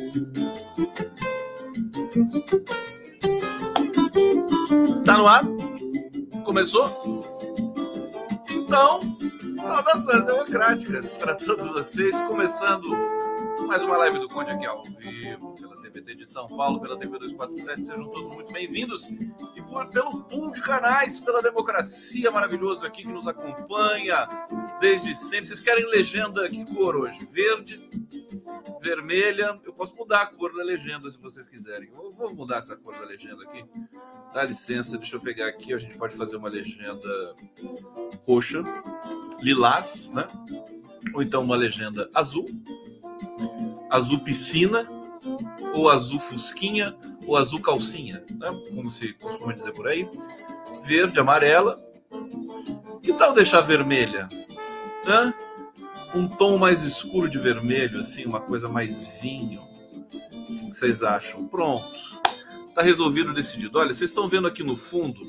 Tá no ar? Começou? Então, saudações democráticas para todos vocês, começando mais uma live do Conde aqui ao vivo, pela TVT de São Paulo, pela TV 247, sejam todos muito bem-vindos, e pelo pool de canais, pela democracia maravilhoso aqui que nos acompanha desde sempre. Vocês querem legenda? Que cor hoje? Verde? Vermelha? Eu posso mudar a cor da legenda se vocês quiserem. Eu vou mudar essa cor da legenda aqui. Dá licença, deixa eu pegar aqui. A gente pode fazer uma legenda roxa, lilás, né? Ou então uma legenda azul, azul piscina, ou azul fusquinha, ou azul calcinha, né? Como se costuma dizer por aí. Verde, amarela. Que tal deixar vermelha? Hã? Um tom mais escuro de vermelho, assim, uma coisa mais vinho. O que vocês acham? Pronto. Tá resolvido, decidido. Olha, vocês estão vendo aqui no fundo,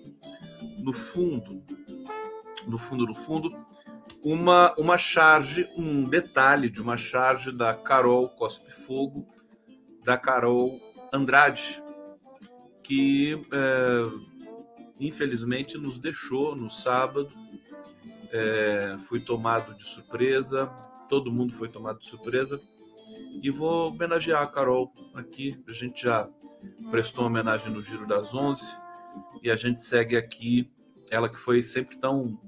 uma charge, um detalhe de uma charge da Carol Cospe Fogo, da Carol Andrade, que infelizmente nos deixou no sábado. Fui tomado de surpresa, todo mundo foi tomado de surpresa, e vou homenagear a Carol aqui. A gente já prestou uma homenagem no Giro das 11 e a gente segue aqui. Ela que foi sempre tão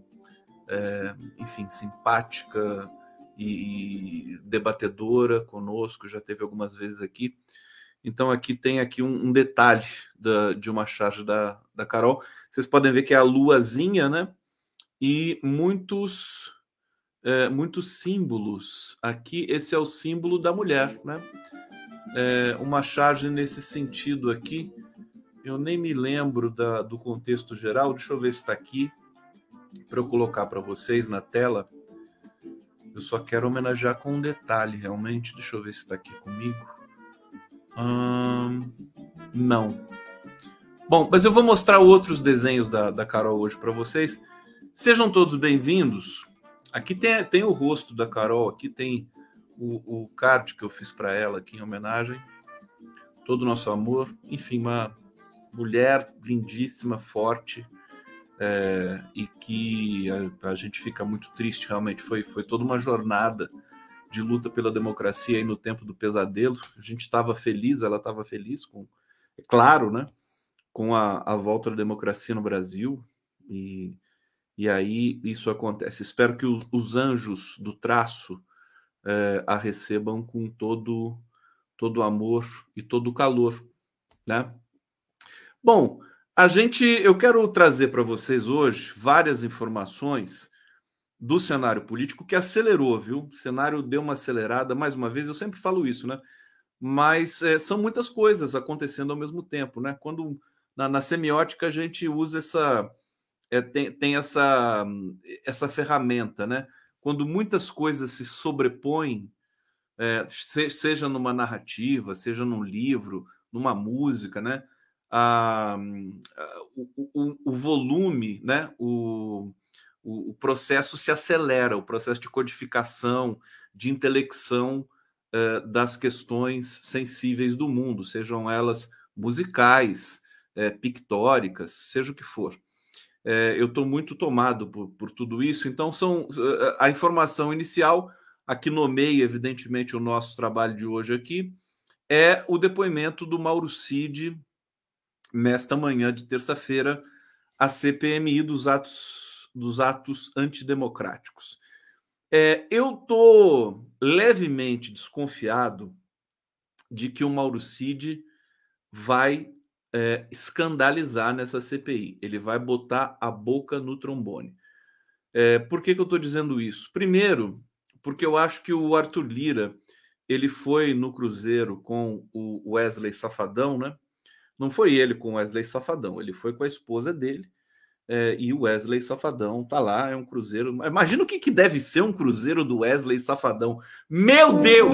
simpática e debatedora conosco, já teve algumas vezes aqui. Então aqui tem aqui um detalhe de uma charge da Carol. Vocês podem ver que é a luazinha, né? E muitos símbolos. Aqui, esse é o símbolo da mulher, né? Uma charge nesse sentido aqui. Eu nem me lembro do contexto geral. Deixa eu ver se está aqui para eu colocar para vocês na tela. Eu só quero homenagear com um detalhe, realmente. Deixa eu ver se está aqui comigo. Não. Bom, mas eu vou mostrar outros desenhos da Carol hoje para vocês. Sejam todos bem-vindos. Aqui tem o rosto da Carol, aqui tem o card que eu fiz para ela aqui em homenagem. Todo o nosso amor. Enfim, uma mulher lindíssima, forte, e que a gente fica muito triste, realmente. Foi toda uma jornada de luta pela democracia aí no tempo do pesadelo. A gente estava feliz, ela estava feliz, é claro, né? Com a volta da democracia no Brasil. E aí isso acontece. Espero que os anjos do traço a recebam com todo o amor e todo o calor, né? Bom, eu quero trazer para vocês hoje várias informações do cenário político que acelerou, viu? O cenário deu uma acelerada, mais uma vez, eu sempre falo isso, né? Mas são muitas coisas acontecendo ao mesmo tempo, né? Quando na semiótica a gente usa tem essa ferramenta, né? Quando muitas coisas se sobrepõem, seja numa narrativa, seja num livro, numa música, né? O volume, né? O processo se acelera, o processo de codificação, de intelecção das questões sensíveis do mundo, sejam elas musicais, pictóricas, seja o que for. Eu estou muito tomado por tudo isso. Então, a informação inicial, a que nomeia, evidentemente, o nosso trabalho de hoje aqui, é o depoimento do Mauro Cid, nesta manhã de terça-feira, à CPMI dos atos antidemocráticos. Eu estou levemente desconfiado de que o Mauro Cid vai escandalizar nessa CPI. Ele vai botar a boca no trombone. Por que eu estou dizendo isso? Primeiro, porque eu acho que o Arthur Lira ele foi no Cruzeiro com o Wesley Safadão, né? Não foi ele com o Wesley Safadão, ele foi com a esposa dele, e o Wesley Safadão tá lá, é um cruzeiro. Imagina o que deve ser um cruzeiro do Wesley Safadão. Meu Deus!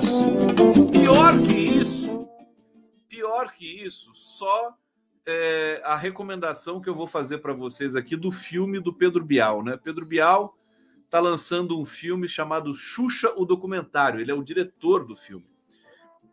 Pior que isso, só a recomendação que eu vou fazer para vocês aqui do filme do Pedro Bial, né? Pedro Bial está lançando um filme chamado Xuxa, o Documentário. Ele é o diretor do filme.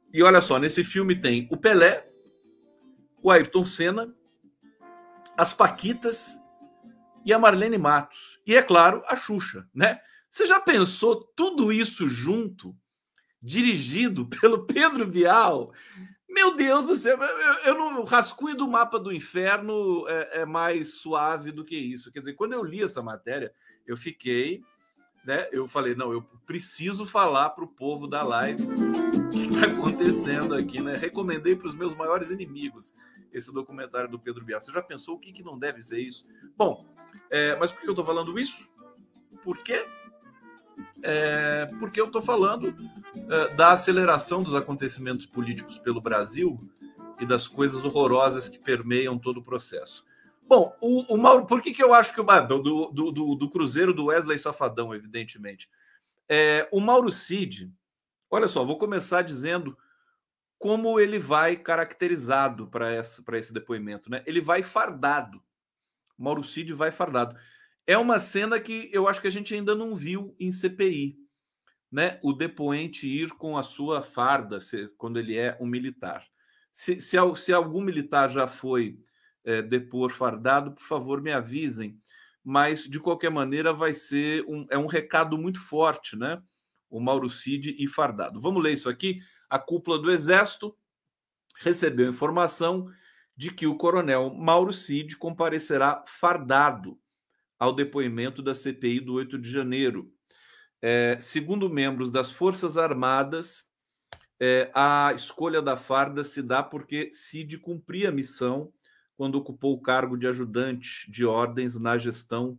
E olha só, nesse filme tem o Pelé, o Ayrton Senna, as Paquitas e a Marlene Matos. E, é claro, a Xuxa, né? Você já pensou tudo isso junto, dirigido pelo Pedro Bial? Meu Deus do céu, eu não, o rascunho do Mapa do Inferno é mais suave do que isso. Quer dizer, quando eu li essa matéria, eu fiquei, né? Eu falei, não, eu preciso falar para o povo da live o que está acontecendo aqui, né? Recomendei para os meus maiores inimigos esse documentário do Pedro Bial. Você já pensou o que não deve ser isso? Bom, mas por que eu estou falando isso? Por quê? Porque eu estou falando da aceleração dos acontecimentos políticos pelo Brasil e das coisas horrorosas que permeiam todo o processo. Bom, o Mauro, por que eu acho que do Cruzeiro do Wesley Safadão, evidentemente, o Mauro Cid, olha só, vou começar dizendo como ele vai caracterizado para esse depoimento, né? Ele vai fardado. O Mauro Cid vai fardado. É uma cena que eu acho que a gente ainda não viu em CPI, né? O depoente ir com a sua farda, quando ele é um militar. Se algum militar já foi depor fardado, por favor, me avisem. Mas, de qualquer maneira, vai ser um recado muito forte, né? O Mauro Cid e fardado. Vamos ler isso aqui. A cúpula do Exército recebeu informação de que o coronel Mauro Cid comparecerá fardado ao depoimento da CPI do 8 de janeiro. Segundo membros das Forças Armadas, a escolha da farda se dá porque Cid cumpria a missão quando ocupou o cargo de ajudante de ordens na gestão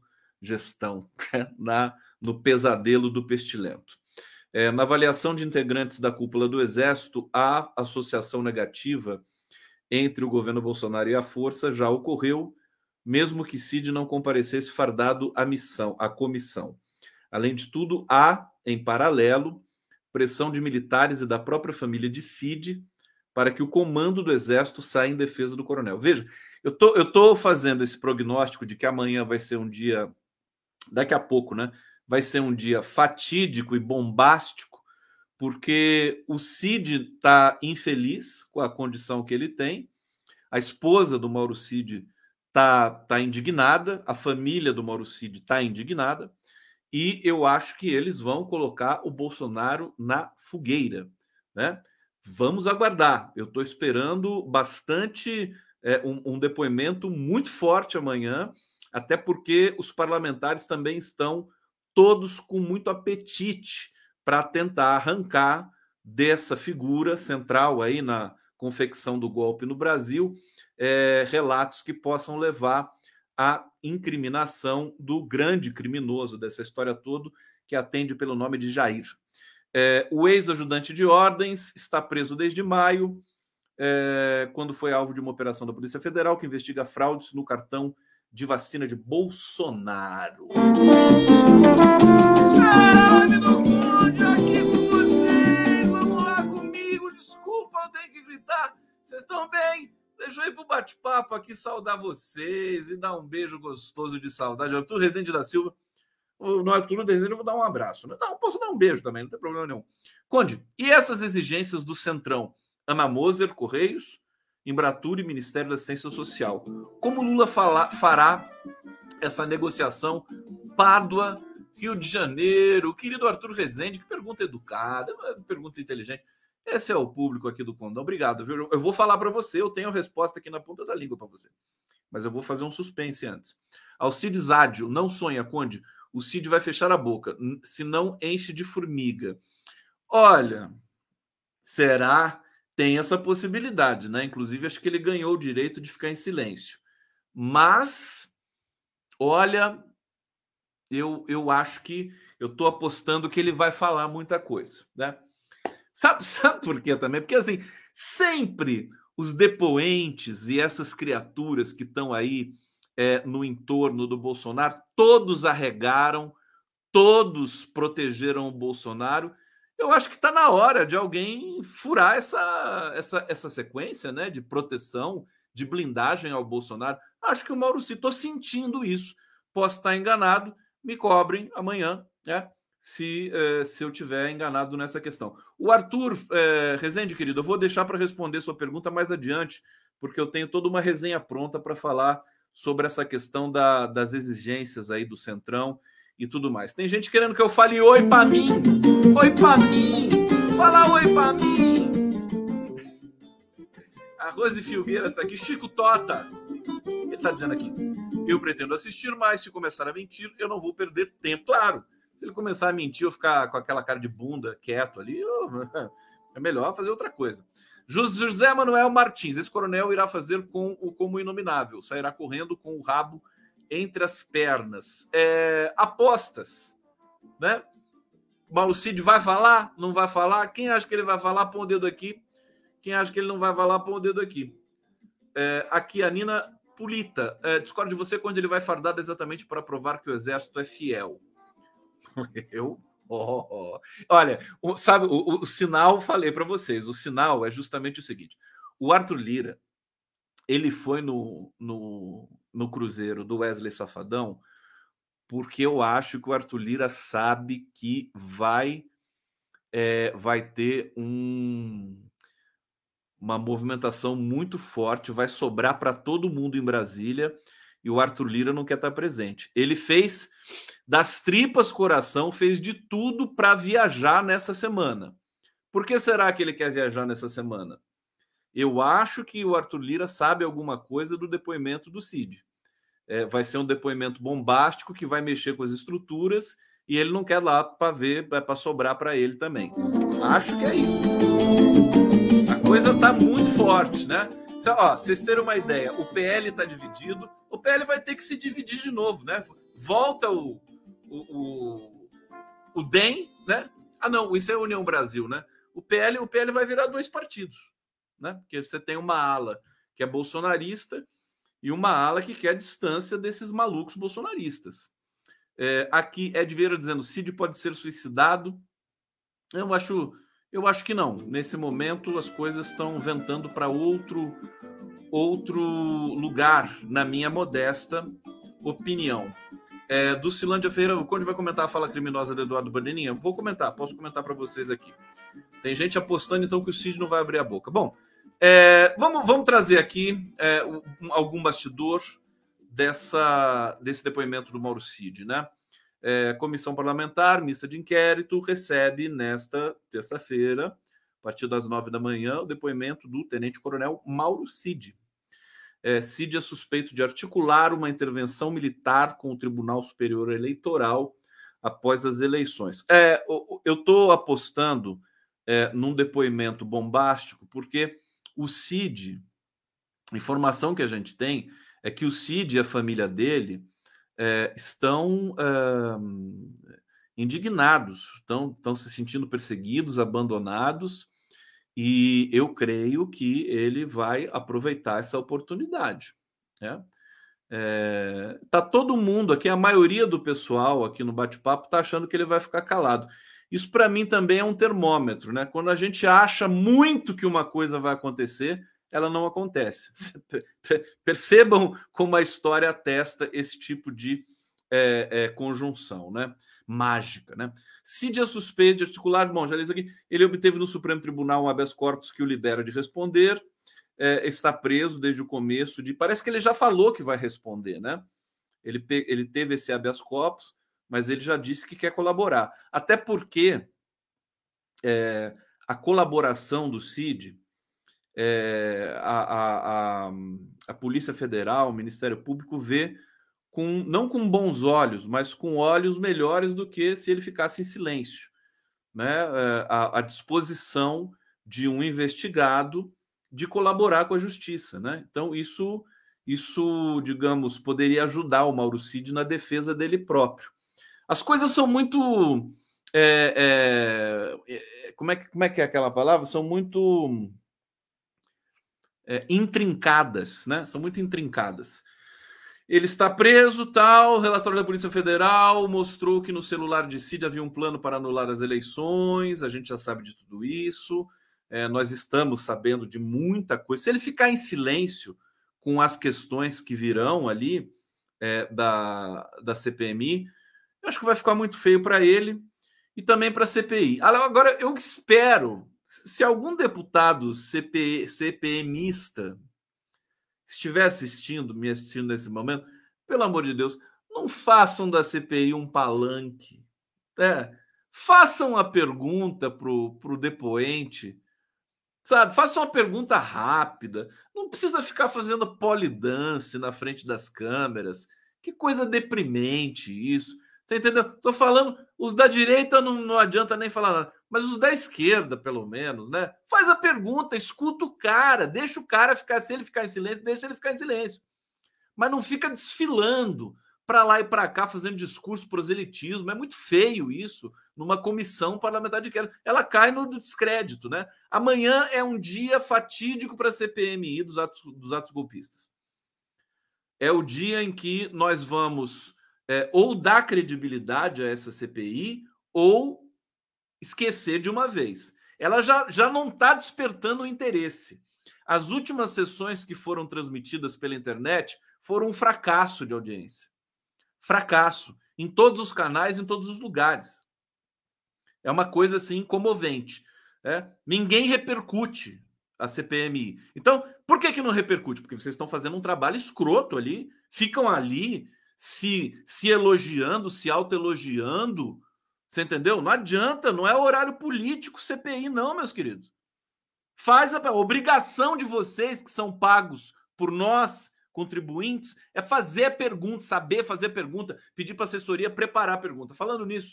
no pesadelo do Pestilento. Na avaliação de integrantes da cúpula do Exército, a associação negativa entre o governo Bolsonaro e a Força já ocorreu, mesmo que Cid não comparecesse fardado à comissão. Além de tudo, há, em paralelo, pressão de militares e da própria família de Cid para que o comando do Exército saia em defesa do coronel. Veja, eu tô fazendo esse prognóstico de que amanhã vai ser um dia, daqui a pouco, né? Vai ser um dia fatídico e bombástico, porque o Cid está infeliz com a condição que ele tem, a esposa do Mauro Cid tá indignada, a família do Mauro Cid está indignada, e eu acho que eles vão colocar o Bolsonaro na fogueira, né? Vamos aguardar. Eu estou esperando bastante um depoimento muito forte amanhã, até porque os parlamentares também estão todos com muito apetite para tentar arrancar dessa figura central aí na confecção do golpe no Brasil relatos que possam levar à incriminação do grande criminoso dessa história toda, que atende pelo nome de Jair. O ex-ajudante de ordens está preso desde maio, quando foi alvo de uma operação da Polícia Federal que investiga fraudes no cartão de vacina de Bolsonaro. Caralho, do Conde, aqui com vocês! Vamos lá comigo, desculpa, eu tenho que gritar. Vocês estão bem? Deixa eu ir pro bate-papo aqui, saudar vocês e dar um beijo gostoso de saudade. Arthur Rezende da Silva. No Arthur Rezende eu vou dar um abraço. Não, posso dar um beijo também, não tem problema nenhum. Conde, e essas exigências do Centrão? Ana Moser, Correios, Embratur e Ministério da Ciência Social. Como Lula fará essa negociação? Pádua, Rio de Janeiro, querido Arthur Rezende, que pergunta educada, pergunta inteligente. Esse é o público aqui do Condão. Obrigado, viu? Eu vou falar para você, eu tenho a resposta aqui na ponta da língua para você. Mas eu vou fazer um suspense antes. Alcides Ádio, não sonha, Conde. O Cid vai fechar a boca, se não enche de formiga. Olha, será? Tem essa possibilidade, né? Inclusive, acho que ele ganhou o direito de ficar em silêncio. Mas, olha, eu acho que eu estou apostando que ele vai falar muita coisa, né? Sabe por quê também? Porque, assim, sempre os depoentes e essas criaturas que estão aí no entorno do Bolsonaro, todos arregaram, todos protegeram o Bolsonaro. Eu acho que está na hora de alguém furar essa sequência, né, de proteção, de blindagem ao Bolsonaro. Acho que o Mauro Cid, estou sentindo isso. Posso estar enganado, me cobrem amanhã, né? se eu tiver enganado nessa questão. O Arthur Rezende, querido, eu vou deixar para responder sua pergunta mais adiante, porque eu tenho toda uma resenha pronta para falar sobre essa questão das exigências aí do Centrão e tudo mais. Tem gente querendo que eu fale oi para mim. Oi para mim. Fala oi para mim. A Rose Filgueiras está aqui. Chico Tota. Ele está dizendo aqui. Eu pretendo assistir, mas se começar a mentir, eu não vou perder tempo. Claro. Se ele começar a mentir, eu ficar com aquela cara de bunda quieto ali, é melhor fazer outra coisa. José Manuel Martins, esse coronel irá fazer como inominável, sairá correndo com o rabo entre as pernas. Apostas, né? Mauro Cid vai falar? Não vai falar? Quem acha que ele vai falar, põe o dedo aqui. Quem acha que ele não vai falar, põe o dedo aqui. Aqui a Nina Pulita, discordo de você quando ele vai fardado exatamente para provar que o exército é fiel. Olha, sabe, o sinal, falei para vocês, o sinal é justamente o seguinte: o Arthur Lira, ele foi no Cruzeiro do Wesley Safadão, porque eu acho que o Arthur Lira sabe que vai ter uma movimentação muito forte, vai sobrar para todo mundo em Brasília, e o Arthur Lira não quer estar presente. Ele fez das tripas coração, fez de tudo para viajar nessa semana. Por que será que ele quer viajar nessa semana? Eu acho que o Arthur Lira sabe alguma coisa do depoimento do Cid. Vai ser um depoimento bombástico que vai mexer com as estruturas e ele não quer lá para ver, para sobrar para ele também. Acho que é isso. A coisa está muito forte, né? Vocês terem uma ideia, o PL está dividido, o PL vai ter que se dividir de novo, né? Volta o DEM, né? Não, isso é a União Brasil, né? O PL vai virar 2 partidos, né? Porque você tem uma ala que é bolsonarista e uma ala que quer a distância desses malucos bolsonaristas. Aqui Ed Vieira dizendo: Cid pode ser suicidado. Eu acho que não. Nesse momento as coisas estão ventando para outro lugar, na minha modesta opinião. Do Cilândia Ferreira, o Conde vai comentar a fala criminosa do Eduardo Bandeninha? Vou comentar, posso comentar para vocês aqui. Tem gente apostando então que o Cid não vai abrir a boca. Bom, vamos trazer aqui algum bastidor desse depoimento do Mauro Cid, né? Comissão Parlamentar Mista de Inquérito recebe nesta terça-feira, a partir das 9 da manhã, o depoimento do tenente-coronel Mauro Cid. Cid é suspeito de articular uma intervenção militar com o Tribunal Superior Eleitoral após as eleições. Eu estou apostando num depoimento bombástico, porque o Cid, a informação que a gente tem é que o Cid e a família dele estão indignados, estão se sentindo perseguidos, abandonados, e eu creio que ele vai aproveitar essa oportunidade. Né? Tá todo mundo aqui, a maioria do pessoal aqui no bate-papo está achando que ele vai ficar calado. Isso para mim também é um termômetro, né? Quando a gente acha muito que uma coisa vai acontecer, ela não acontece. Percebam como a história atesta esse tipo de conjunção, né? Mágica, né? Cid é suspeito de articular, bom, já li isso aqui, ele obteve no Supremo Tribunal um habeas corpus que o libera de responder, está preso desde o começo parece que ele já falou que vai responder, né? Ele teve esse habeas corpus, mas ele já disse que quer colaborar, até porque a colaboração do Cid, a Polícia Federal, o Ministério Público vê não com bons olhos, mas com olhos melhores do que se ele ficasse em silêncio, né? A disposição de um investigado de colaborar com a justiça, né? Então isso, digamos, poderia ajudar o Mauro Cid na defesa dele próprio. As coisas são muito como é que é aquela palavra? São muito intrincadas, né? São muito intrincadas. Ele está preso, tal. O relatório da Polícia Federal mostrou que no celular de Cid havia um plano para anular as eleições. A gente já sabe de tudo isso. Nós estamos sabendo de muita coisa. Se ele ficar em silêncio com as questões que virão ali da CPMI, eu acho que vai ficar muito feio para ele. e também para a CPI. Agora, eu espero, se algum deputado CPMista estiver me assistindo nesse momento, pelo amor de Deus, não façam da CPI um palanque. Façam a pergunta para o depoente, sabe? Façam uma pergunta rápida. Não precisa ficar fazendo polidance na frente das câmeras. Que coisa deprimente isso. Você entendeu? Tô falando, os da direita não adianta nem falar nada, mas os da esquerda, pelo menos, né? Faz a pergunta, escuta o cara, deixa o cara ficar, se ele ficar em silêncio, deixa ele ficar em silêncio. Mas não fica desfilando para lá e para cá, fazendo discurso proselitismo. É muito feio isso numa comissão parlamentar de inquérito. Ela cai no descrédito, né? Amanhã é um dia fatídico para a CPMI dos atos golpistas. É o dia em que nós vamos ou dar credibilidade a essa CPI ou esquecer de uma vez. Ela já não está despertando o interesse. As últimas sessões que foram transmitidas pela internet foram um fracasso de audiência. Fracasso. Em todos os canais, em todos os lugares. É uma coisa assim comovente. Ninguém repercute a CPMI. Então, por que não repercute? Porque vocês estão fazendo um trabalho escroto ali, ficam ali se elogiando, se autoelogiando. Você entendeu? Não adianta, não é horário político CPI, não, meus queridos. Faz a obrigação de vocês que são pagos por nós, contribuintes, é fazer a pergunta, saber fazer a pergunta, pedir para a assessoria preparar a pergunta. Falando nisso,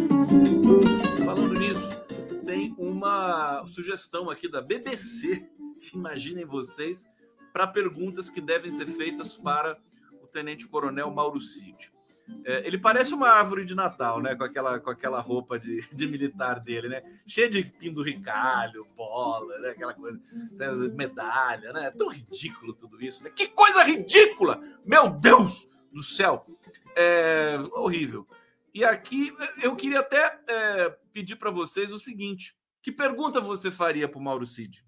tem uma sugestão aqui da BBC, imaginem vocês, para perguntas que devem ser feitas para o tenente-coronel Mauro Cid. Ele parece uma árvore de Natal, né? Com aquela roupa de militar dele, né? Cheia de penduricalho, bola, né? Aquela coisa, né? Medalha, né? É tão ridículo tudo isso, né? Que coisa ridícula! Meu Deus do céu! É horrível. E aqui eu queria até pedir para vocês o seguinte: que pergunta você faria para o Mauro Cid?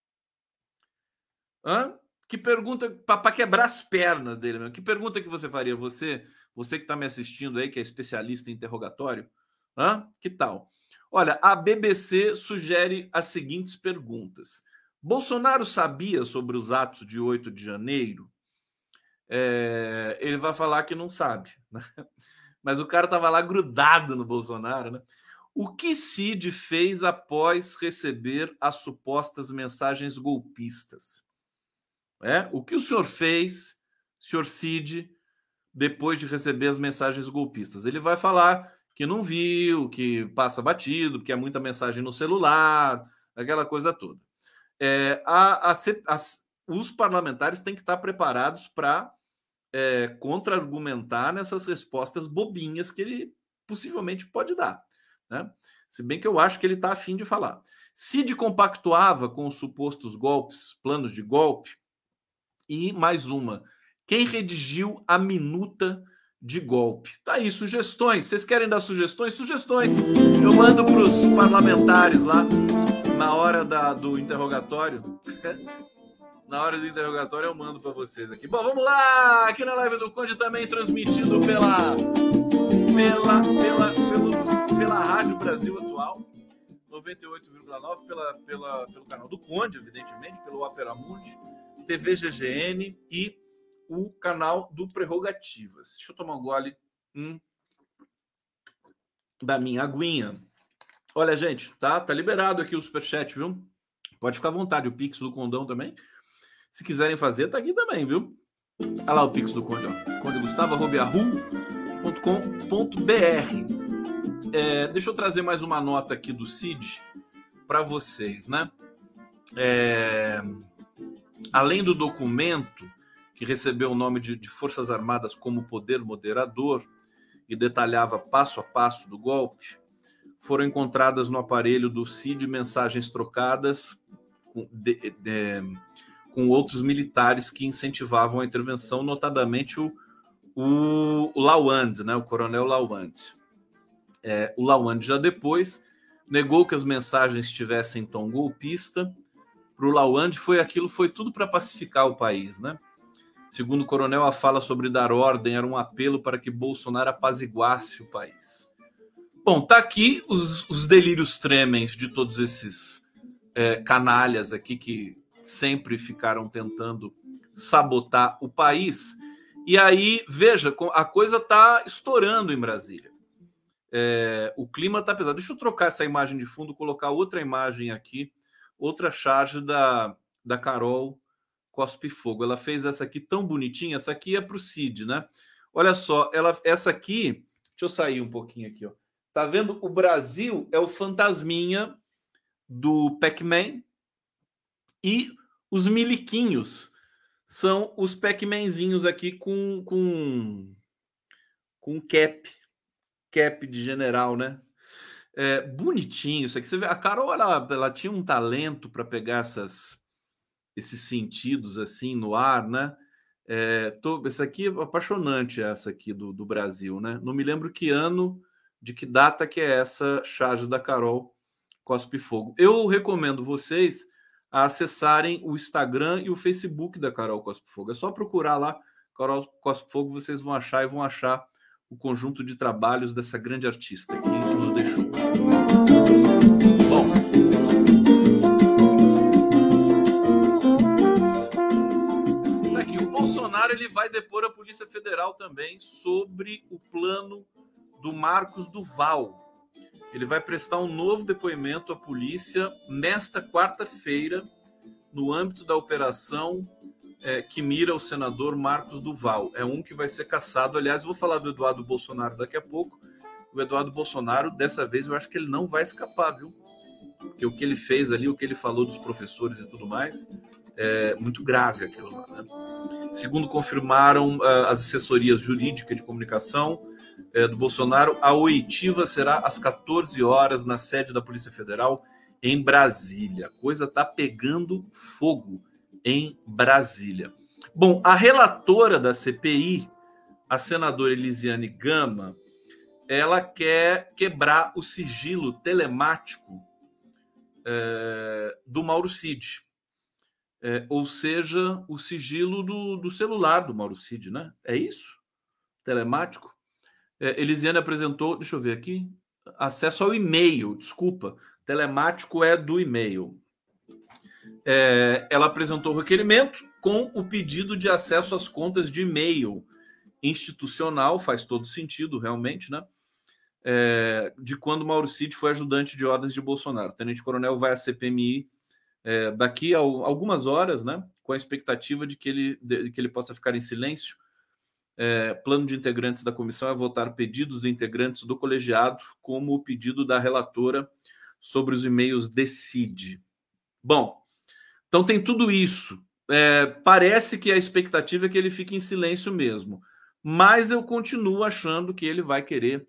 Que pergunta para quebrar as pernas dele mesmo? Que pergunta que você faria? Você que está me assistindo aí, que é especialista em interrogatório, que tal? Olha, a BBC sugere as seguintes perguntas. Bolsonaro sabia sobre os atos de 8 de janeiro? Ele vai falar que não sabe, né? Mas o cara estava lá grudado no Bolsonaro, né? O que Cid fez após receber as supostas mensagens golpistas? O que o senhor fez, senhor Cid, depois de receber as mensagens golpistas? Ele vai falar que não viu, que passa batido, que é muita mensagem no celular, aquela coisa toda. Os parlamentares têm que estar preparados para contra-argumentar nessas respostas bobinhas que ele possivelmente pode dar, né? Se bem que eu acho que ele está a fim de falar. Cid compactuava com os supostos golpes, planos de golpe. E mais uma: quem redigiu a minuta de golpe? Tá aí, sugestões. Vocês querem dar sugestões? Sugestões. Eu mando para os parlamentares lá na hora do interrogatório. Na hora do interrogatório eu mando para vocês aqui. Bom, vamos lá! Aqui na live do Conde também transmitido pela Rádio Brasil Atual 98,9, pelo canal do Conde, evidentemente, pelo Opera Mundi, TV GGN e o canal do Prerrogativas. Deixa eu tomar um gole da minha aguinha. Olha, gente, tá liberado aqui o superchat, viu? Pode ficar à vontade, o Pix do Condão também. Se quiserem fazer, tá aqui também, viu? Olha lá o Pix do Conde, ó. condegustavo@yahoo.com.br. Deixa eu trazer mais uma nota aqui do Cid para vocês, né? Além do documento que recebeu o nome de Forças Armadas como poder moderador e detalhava passo a passo do golpe, foram encontradas no aparelho do Cid mensagens trocadas com outros militares que incentivavam a intervenção, notadamente o Lawand, né, o coronel Lawand. O Lawand já depois negou que as mensagens tivessem tom golpista. Para o Lawand foi tudo para pacificar o país, né? Segundo o coronel, a fala sobre dar ordem era um apelo para que Bolsonaro apaziguasse o país. Bom, tá aqui os delírios tremens de todos esses canalhas aqui que sempre ficaram tentando sabotar o país. E aí, veja, a coisa tá estourando em Brasília. O clima tá pesado. Deixa eu trocar essa imagem de fundo, colocar outra imagem aqui, outra charge da Carol Cospe Fogo. Ela fez essa aqui tão bonitinha. Essa aqui é pro Cid, né? Olha só, essa aqui... Deixa eu sair um pouquinho aqui, ó. Tá vendo? O Brasil é o fantasminha do Pac-Man e os miliquinhos são os Pac-Manzinhos aqui com cap de general, né? Bonitinho isso aqui. Você vê, a Carol ela tinha um talento para pegar esses sentidos assim no ar, né? Essa aqui é apaixonante, essa aqui do Brasil, né? Não me lembro que ano, de que data que é essa charge da Carol Cospe Fogo. Eu recomendo vocês a acessarem o Instagram e o Facebook da Carol Cospe Fogo. É só procurar lá Carol Cospe Fogo, vocês vão achar o conjunto de trabalhos dessa grande artista que nos deixou. Bom, aqui o Bolsonaro ele vai depor a Polícia Federal também sobre o plano do Marcos Duval. Ele vai prestar um novo depoimento à polícia nesta quarta-feira, no âmbito da operação que mira o senador Marcos Duval. É um que vai ser caçado. Aliás, eu vou falar do Eduardo Bolsonaro daqui a pouco. O Eduardo Bolsonaro, dessa vez, eu acho que ele não vai escapar, viu? Porque o que ele fez ali, o que ele falou dos professores e tudo mais, é muito grave aquilo lá, né? Segundo confirmaram as assessorias jurídicas de comunicação do Bolsonaro, a oitiva será às 14 horas na sede da Polícia Federal em Brasília. A coisa está pegando fogo em Brasília. Bom, a relatora da CPI, a senadora Elisiane Gama, ela quer quebrar o sigilo telemático do Mauro Cid. Ou seja, o sigilo do celular do Mauro Cid, né? É isso? Telemático. Elisiane apresentou, deixa eu ver aqui, acesso ao e-mail, desculpa. Telemático é do e-mail. Ela apresentou o requerimento com o pedido de acesso às contas de e-mail institucional, faz todo sentido, realmente, né? De quando Mauro Cid foi ajudante de ordens de Bolsonaro. O tenente-coronel vai à CPMI daqui a algumas horas, né, com a expectativa de que ele possa ficar em silêncio. Plano de integrantes da comissão é votar pedidos de integrantes do colegiado, como o pedido da relatora sobre os e-mails de Cid. Bom, então tem tudo isso. Parece que a expectativa é que ele fique em silêncio mesmo, mas eu continuo achando que ele vai querer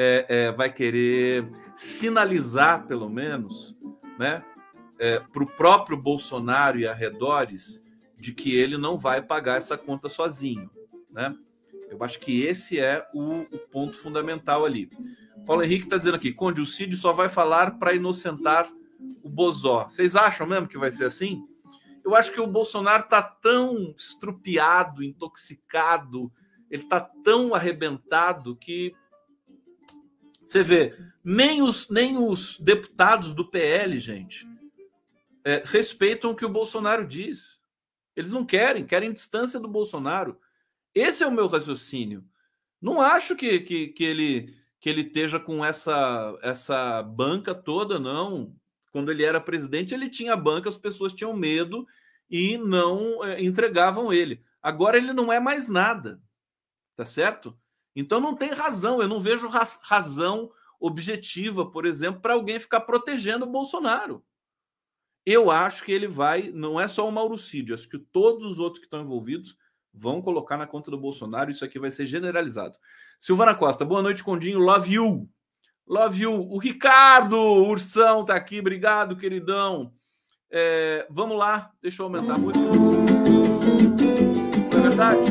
sinalizar, pelo menos, né, para o próprio Bolsonaro e arredores, de que ele não vai pagar essa conta sozinho, né? Eu acho que esse é o ponto fundamental ali. Paulo Henrique está dizendo aqui, Conde, o Cid só vai falar para inocentar o Bozó. Vocês acham mesmo que vai ser assim? Eu acho que o Bolsonaro está tão estrupiado, intoxicado, ele está tão arrebentado que você vê, nem os deputados do PL, gente, respeitam o que o Bolsonaro diz. Eles não querem distância do Bolsonaro. Esse é o meu raciocínio. Não acho que ele esteja com essa banca toda, não. Quando ele era presidente, ele tinha banca, as pessoas tinham medo e não entregavam ele. Agora ele não é mais nada, tá certo? Então não tem razão, eu não vejo razão objetiva, por exemplo, para alguém ficar protegendo o Bolsonaro. Eu acho que ele vai, não é só o Mauro Cid, acho que todos os outros que estão envolvidos vão colocar na conta do Bolsonaro, isso aqui vai ser generalizado. Silvana Costa, boa noite, Condinho, love you. Love you. O Ricardo Ursão tá aqui, obrigado, queridão. Vamos lá, deixa eu aumentar a música. Não é verdade?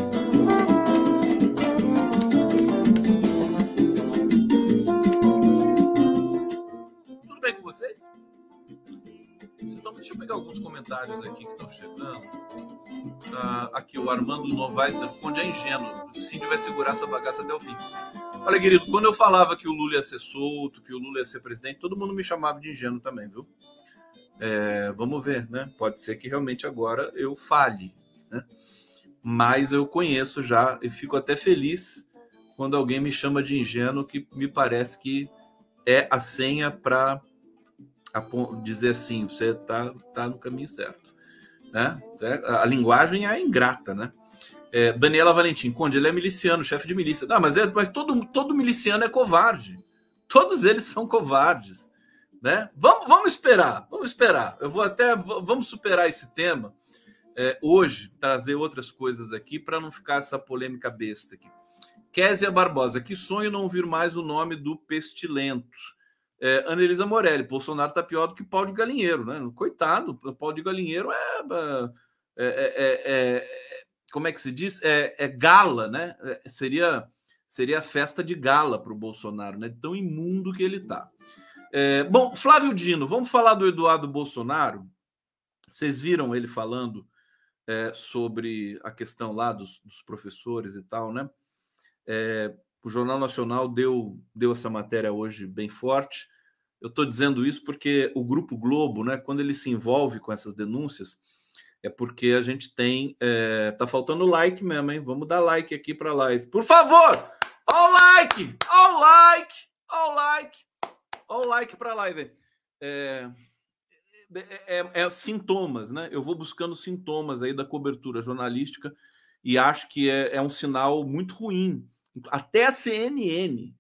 Tudo bem com vocês? Então, deixa eu pegar alguns comentários aqui que estão chegando. Aqui, o Armando Novaes dizendo: Conde é ingênuo. O Cid vai segurar essa bagaça até o fim. Olha, querido, quando eu falava que o Lula ia ser solto, que o Lula ia ser presidente, todo mundo me chamava de ingênuo também, viu? Vamos ver, né? Pode ser que realmente agora eu falhe, né? Mas eu conheço já e fico até feliz quando alguém me chama de ingênuo, que me parece que é a senha para dizer assim, você tá no caminho certo, né? A linguagem é ingrata, né? Daniela Valentim: Conde, ele é miliciano, chefe de milícia. Não, mas todo miliciano é covarde. Todos eles são covardes, né? Vamos esperar. Vamos superar esse tema hoje, trazer outras coisas aqui para não ficar essa polêmica besta aqui. Késia Barbosa: que sonho não ouvir mais o nome do pestilento. Ana Elisa Morelli: Bolsonaro tá pior do que pau de galinheiro, né? Coitado, pau de galinheiro como é que se diz? Gala, né? Seria festa de gala para o Bolsonaro, né? Tão imundo que ele tá. Bom, Flávio Dino, vamos falar do Eduardo Bolsonaro. Vocês viram ele falando sobre a questão lá dos professores e tal, né? O Jornal Nacional deu essa matéria hoje bem forte. Eu estou dizendo isso porque o Grupo Globo, né, quando ele se envolve com essas denúncias, é porque a gente tem... tá faltando like mesmo, hein? Vamos dar like aqui para a live. Por favor! Ó o like! Ó o like! Ó o like! Ó o like para a live. Sintomas, né? Eu vou buscando sintomas aí da cobertura jornalística e acho que é um sinal muito ruim. Até a CNN,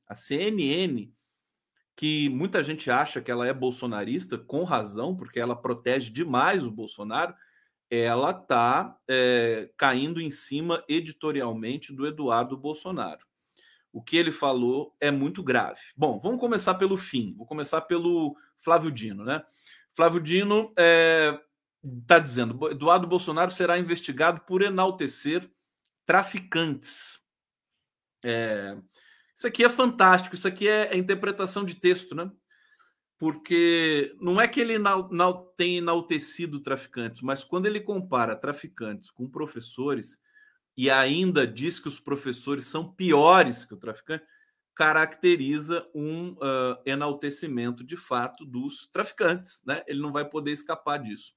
que muita gente acha que ela é bolsonarista, com razão, porque ela protege demais o Bolsonaro, ela está caindo em cima editorialmente do Eduardo Bolsonaro. O que ele falou é muito grave. Bom, vamos começar pelo fim. Vou começar pelo Flávio Dino, né? Flávio Dino está dizendo: Eduardo Bolsonaro será investigado por enaltecer traficantes. Isso aqui é fantástico, isso aqui é interpretação de texto, né? Porque não é que ele tem enaltecido traficantes, mas quando ele compara traficantes com professores e ainda diz que os professores são piores que o traficante, caracteriza um enaltecimento de fato dos traficantes, né? Ele não vai poder escapar disso.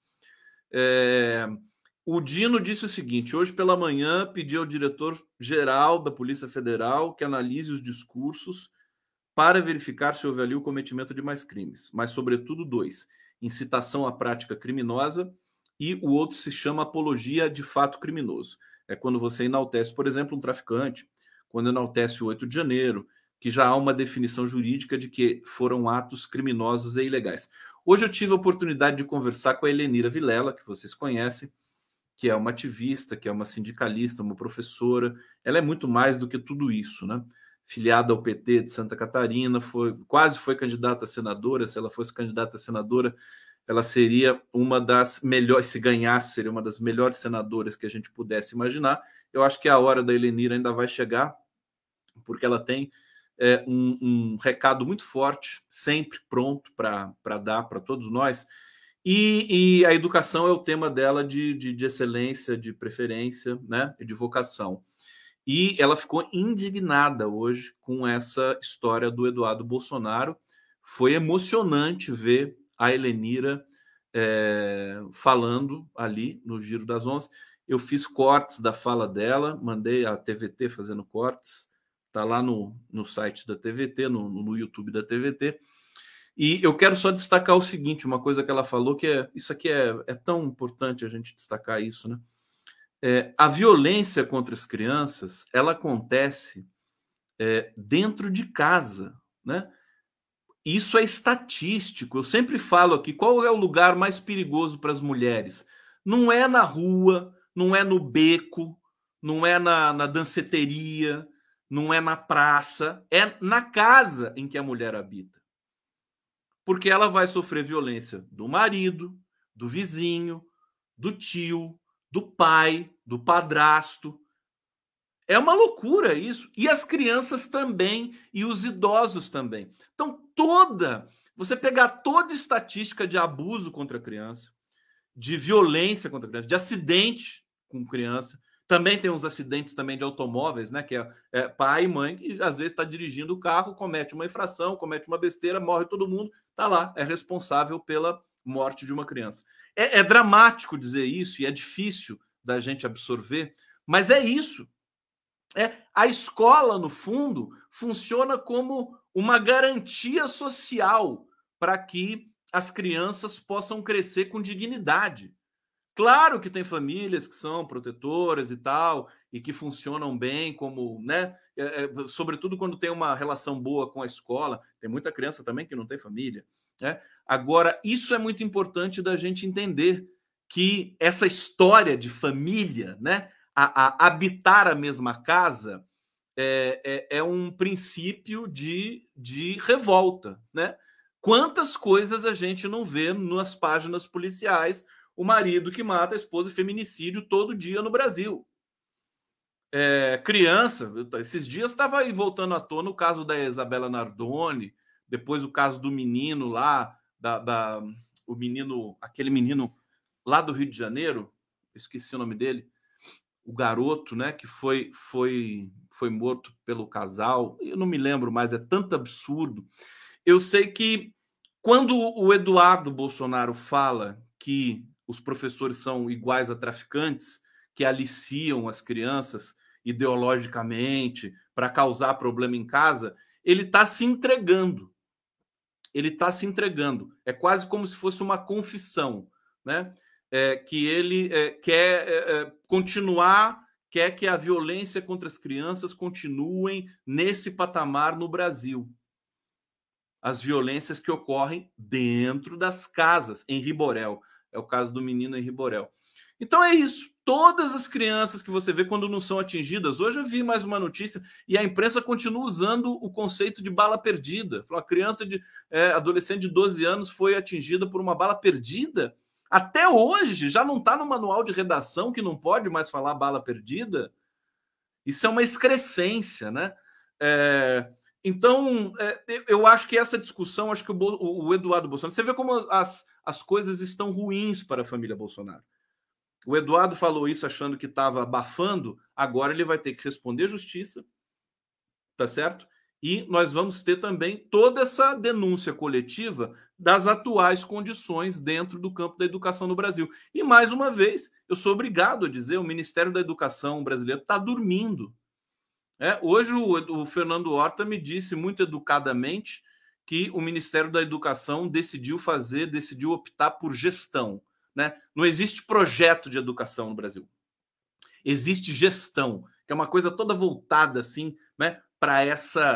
O Dino disse o seguinte: hoje pela manhã pedi ao diretor-geral da Polícia Federal que analise os discursos para verificar se houve ali o cometimento de mais crimes, mas sobretudo 2: incitação à prática criminosa, e o outro se chama apologia de fato criminoso. É quando você enaltece, por exemplo, um traficante, quando enaltece o 8 de janeiro, que já há uma definição jurídica de que foram atos criminosos e ilegais. Hoje eu tive a oportunidade de conversar com a Helenira Vilela, que vocês conhecem, que é uma ativista, que é uma sindicalista, uma professora. Ela é muito mais do que tudo isso, né? Filiada ao PT de Santa Catarina, quase foi candidata a senadora. Se ela fosse candidata a senadora, ela seria uma das melhores, se ganhasse, seria uma das melhores senadoras que a gente pudesse imaginar. Eu acho que a hora da Helenira ainda vai chegar, porque ela tem um recado muito forte, sempre pronto para dar para todos nós. E a educação é o tema dela de excelência, de preferência, né, de vocação. E ela ficou indignada hoje com essa história do Eduardo Bolsonaro. Foi emocionante ver a Helenira falando ali no Giro das 11. Eu fiz cortes da fala dela, mandei a TVT fazendo cortes. Está lá no site da TVT, no YouTube da TVT. E eu quero só destacar o seguinte, uma coisa que ela falou, que isso aqui é tão importante a gente destacar isso, né? A violência contra as crianças, ela acontece dentro de casa, né? Isso é estatístico. Eu sempre falo aqui, qual é o lugar mais perigoso para as mulheres? Não é na rua, não é no beco, não é na danceteria, não é na praça, é na casa em que a mulher habita. Porque ela vai sofrer violência do marido, do vizinho, do tio, do pai, do padrasto. É uma loucura isso. E as crianças também, e os idosos também. Então, toda Você pegar toda estatística de abuso contra a criança, de violência contra a criança, de acidente com criança, também tem uns acidentes também de automóveis, né? Que é pai e mãe que às vezes está dirigindo o carro, comete uma infração, comete uma besteira, morre todo mundo, tá lá, é responsável pela morte de uma criança. É dramático dizer isso e é difícil da gente absorver, mas é isso. A escola, no fundo, funciona como uma garantia social para que as crianças possam crescer com dignidade. Claro que tem famílias que são protetoras e tal, e que funcionam bem, como, né? Sobretudo quando tem uma relação boa com a escola. Tem muita criança também que não tem família, né? Agora, isso é muito importante da gente entender que essa história de família, né? A habitar a mesma casa é um princípio de revolta, né? Quantas coisas a gente não vê nas páginas policiais, o marido que mata a esposa, feminicídio todo dia no Brasil. Criança, esses dias estava aí voltando à tona o caso da Isabela Nardoni, depois o caso do menino lá, o menino, aquele menino lá do Rio de Janeiro, esqueci o nome dele, o garoto, né, que foi morto pelo casal. Eu não me lembro mais, é tanto absurdo. Eu sei que quando o Eduardo Bolsonaro fala que os professores são iguais a traficantes, que aliciam as crianças ideologicamente para causar problema em casa, ele está se entregando. Ele está se entregando. É quase como se fosse uma confissão, né? Que ele quer continuar, quer que a violência contra as crianças continuem nesse patamar no Brasil. As violências que ocorrem dentro das casas, em Riborel. É o caso do menino em Riborel. Então é isso. Todas as crianças que você vê quando não são atingidas. Hoje eu vi mais uma notícia e a imprensa continua usando o conceito de bala perdida. A criança adolescente de 12 anos foi atingida por uma bala perdida. Até hoje já não está no manual de redação que não pode mais falar bala perdida. Isso é uma excrescência, né? Então, eu acho que essa discussão, acho que o Eduardo Bolsonaro... Você vê como as coisas estão ruins para a família Bolsonaro. O Eduardo falou isso achando que estava abafando, agora ele vai ter que responder à justiça, tá certo? E nós vamos ter também toda essa denúncia coletiva das atuais condições dentro do campo da educação no Brasil. E, mais uma vez, eu sou obrigado a dizer, o Ministério da Educação brasileiro está dormindo. Hoje o Fernando Horta me disse muito educadamente que o Ministério da Educação decidiu optar por gestão. Né? Não existe projeto de educação no Brasil. Existe gestão, que é uma coisa toda voltada assim, né, para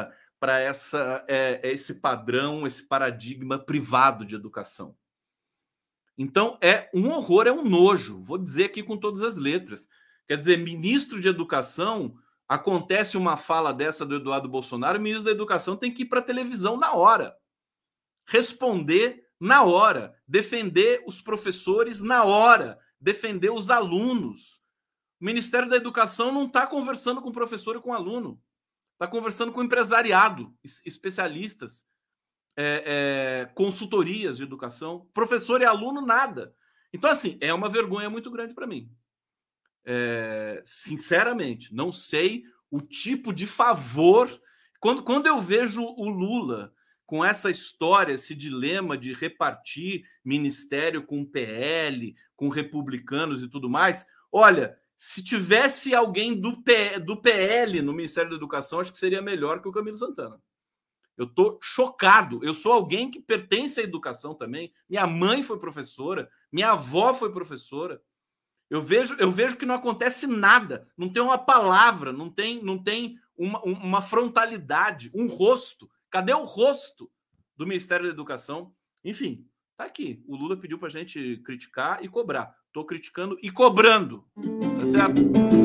esse padrão, esse paradigma privado de educação. Então é um horror, é um nojo. Vou dizer aqui com todas as letras. Quer dizer, ministro de Educação, acontece uma fala dessa do Eduardo Bolsonaro, o ministro da Educação tem que ir para a televisão na hora, responder na hora, defender os professores na hora, defender os alunos. O Ministério da Educação não está conversando com o professor e com o aluno, está conversando com o empresariado, especialistas, consultorias de educação, professor e aluno, nada. Então, assim, é uma vergonha muito grande para mim. Sinceramente, não sei o tipo de favor. Quando eu vejo o Lula com essa história, esse dilema de repartir ministério com PL, com republicanos e tudo mais, olha, se tivesse alguém do PL no Ministério da Educação, acho que seria melhor que o Camilo Santana. Eu estou chocado. Eu sou alguém que pertence à educação também. Minha mãe foi professora, minha avó foi professora. Eu vejo que não acontece nada, não tem uma palavra, não tem uma frontalidade, um rosto. Cadê o rosto do Ministério da Educação? Enfim, tá aqui. O Lula pediu pra gente criticar e cobrar. Tô criticando e cobrando, tá certo?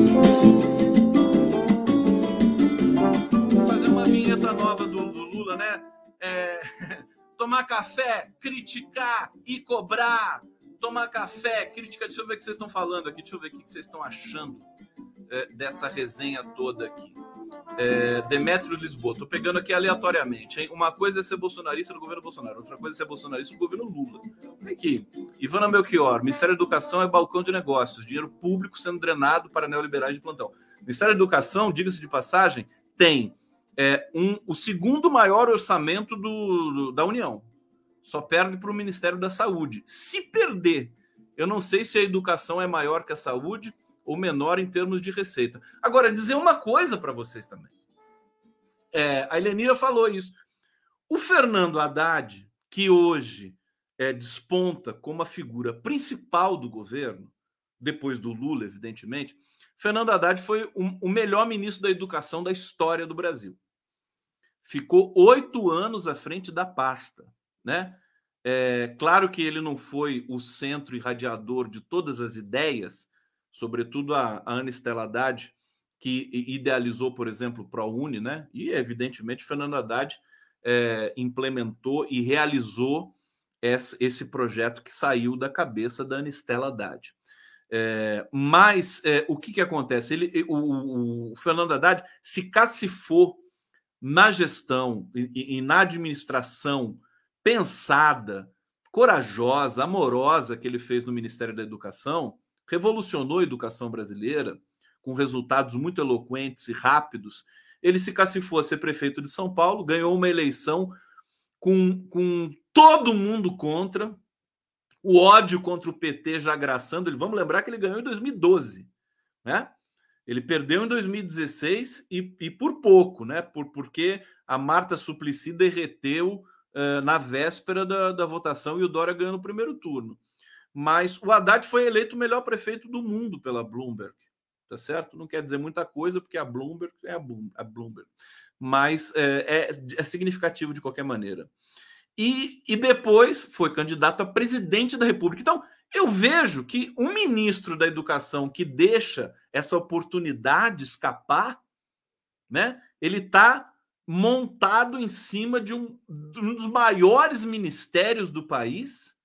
Vou fazer uma vinheta nova do Lula, né? Tomar café, criticar e cobrar. Tomar café, crítica. Deixa eu ver o que vocês estão falando aqui. Deixa eu ver o que vocês estão achando dessa resenha toda aqui. Demétrio Lisboa, estou pegando aqui aleatoriamente, hein? Uma coisa é ser bolsonarista no governo Bolsonaro, outra coisa é ser bolsonarista no governo Lula. Aqui, Ivana Melchior, Ministério da Educação é balcão de negócios, dinheiro público sendo drenado para neoliberais de plantão. Ministério da Educação, diga-se de passagem, tem o segundo maior orçamento da União. Só perde para o Ministério da Saúde. Se perder, eu não sei se a educação é maior que a saúde ou menor em termos de receita. Agora, dizer uma coisa para vocês também. A Helenira falou isso. O Fernando Haddad, que hoje desponta como a figura principal do governo, depois do Lula, evidentemente, Fernando Haddad foi o melhor ministro da educação da história do Brasil. Ficou 8 anos à frente da pasta, né? Claro que ele não foi o centro irradiador de todas as ideias, sobretudo a Ana Estela Haddad, que idealizou, por exemplo, o ProUni, né? E, evidentemente, Fernando Haddad implementou e realizou esse projeto que saiu da cabeça da Ana Estela Haddad. Mas o que acontece? O Fernando Haddad se cacifou na gestão e na administração pensada, corajosa, amorosa que ele fez no Ministério da Educação, revolucionou a educação brasileira com resultados muito eloquentes e rápidos. Ele se cacifou a ser prefeito de São Paulo, ganhou uma eleição com todo mundo contra, o ódio contra o PT já agraçando. Vamos lembrar que ele ganhou em 2012, né? Ele perdeu em 2016 e por pouco, né? Porque a Marta Suplicy derreteu na véspera da votação e o Dória ganhou no primeiro turno. Mas o Haddad foi eleito o melhor prefeito do mundo pela Bloomberg, tá certo? Não quer dizer muita coisa, porque a Bloomberg é a Bloomberg. Mas é significativo de qualquer maneira. E depois foi candidato a presidente da República. Então, eu vejo que um ministro da Educação que deixa essa oportunidade escapar, né? Ele está montado em cima de um dos maiores ministérios do país,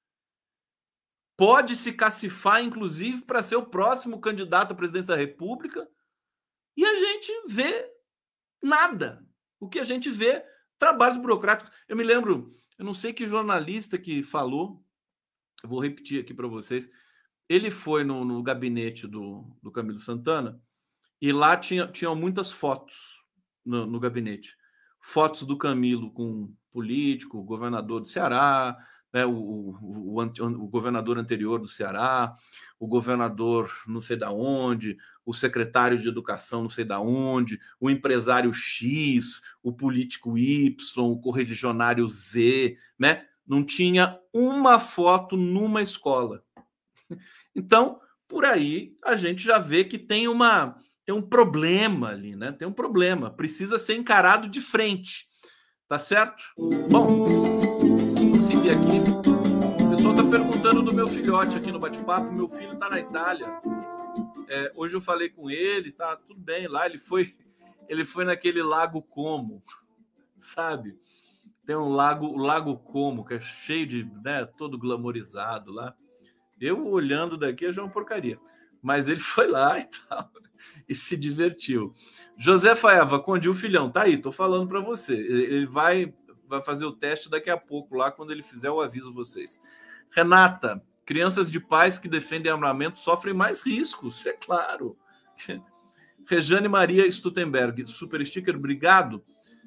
pode se cacifar, inclusive, para ser o próximo candidato à presidência da República, e a gente vê nada. O que a gente vê, trabalhos burocráticos. Eu me lembro, eu não sei que jornalista que falou, eu vou repetir aqui para vocês, ele foi no gabinete do Camilo Santana, e lá tinham muitas fotos no gabinete. Fotos do Camilo com político, governador do Ceará, né, o governador anterior do Ceará, o governador não sei da onde, o secretário de educação não sei da onde, o empresário X, o político Y, o correligionário Z, né? Não tinha uma foto numa escola. Então, por aí, a gente já vê que tem um problema ali, né? Tem um problema, precisa ser encarado de frente, tá certo? Bom, vamos seguir aqui. O pessoal tá perguntando do meu filhote aqui no bate-papo. Meu filho tá na Itália. Hoje eu falei com ele, tá tudo bem lá. Ele foi naquele Lago Como, sabe? Tem o Lago Como, que é cheio de, né, todo glamorizado lá. Eu olhando daqui, eu já uma porcaria. Mas ele foi lá e tal, e se divertiu. José Faeva, Conde, o filhão, tá aí, tô falando para você. Ele vai fazer o teste daqui a pouco, lá quando ele fizer, eu aviso vocês. Renata, crianças de pais que defendem armamento sofrem mais riscos, é claro. Rejane Maria Stutenberg, super sticker, obrigado.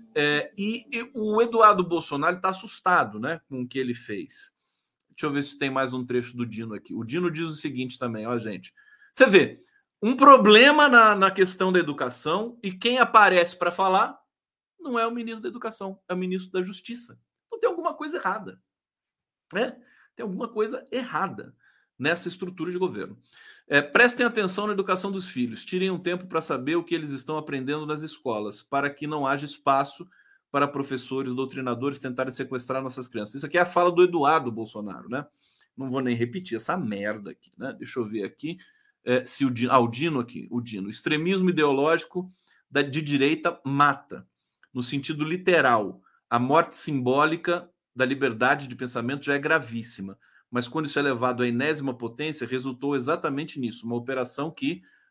E o Eduardo Bolsonaro está assustado, né, com o que ele fez. Deixa eu ver se tem mais um trecho do Dino aqui. O Dino diz o seguinte também, ó, gente. Você vê, um problema na questão da educação, e quem aparece para falar não é o ministro da Educação, é o ministro da Justiça. Então tem alguma coisa errada, né? Tem alguma coisa errada nessa estrutura de governo. Prestem atenção na educação dos filhos. Tirem um tempo para saber o que eles estão aprendendo nas escolas, para que não haja espaço para professores, doutrinadores tentarem sequestrar nossas crianças. Isso aqui é a fala do Eduardo Bolsonaro, né? Não vou nem repetir essa merda aqui, né? Deixa eu ver aqui. Se o Dino aqui, o Dino. Extremismo ideológico de direita mata, no sentido literal. A morte simbólica da liberdade de pensamento já é gravíssima, mas quando isso é levado à enésima potência, resultou exatamente nisso, uma operação que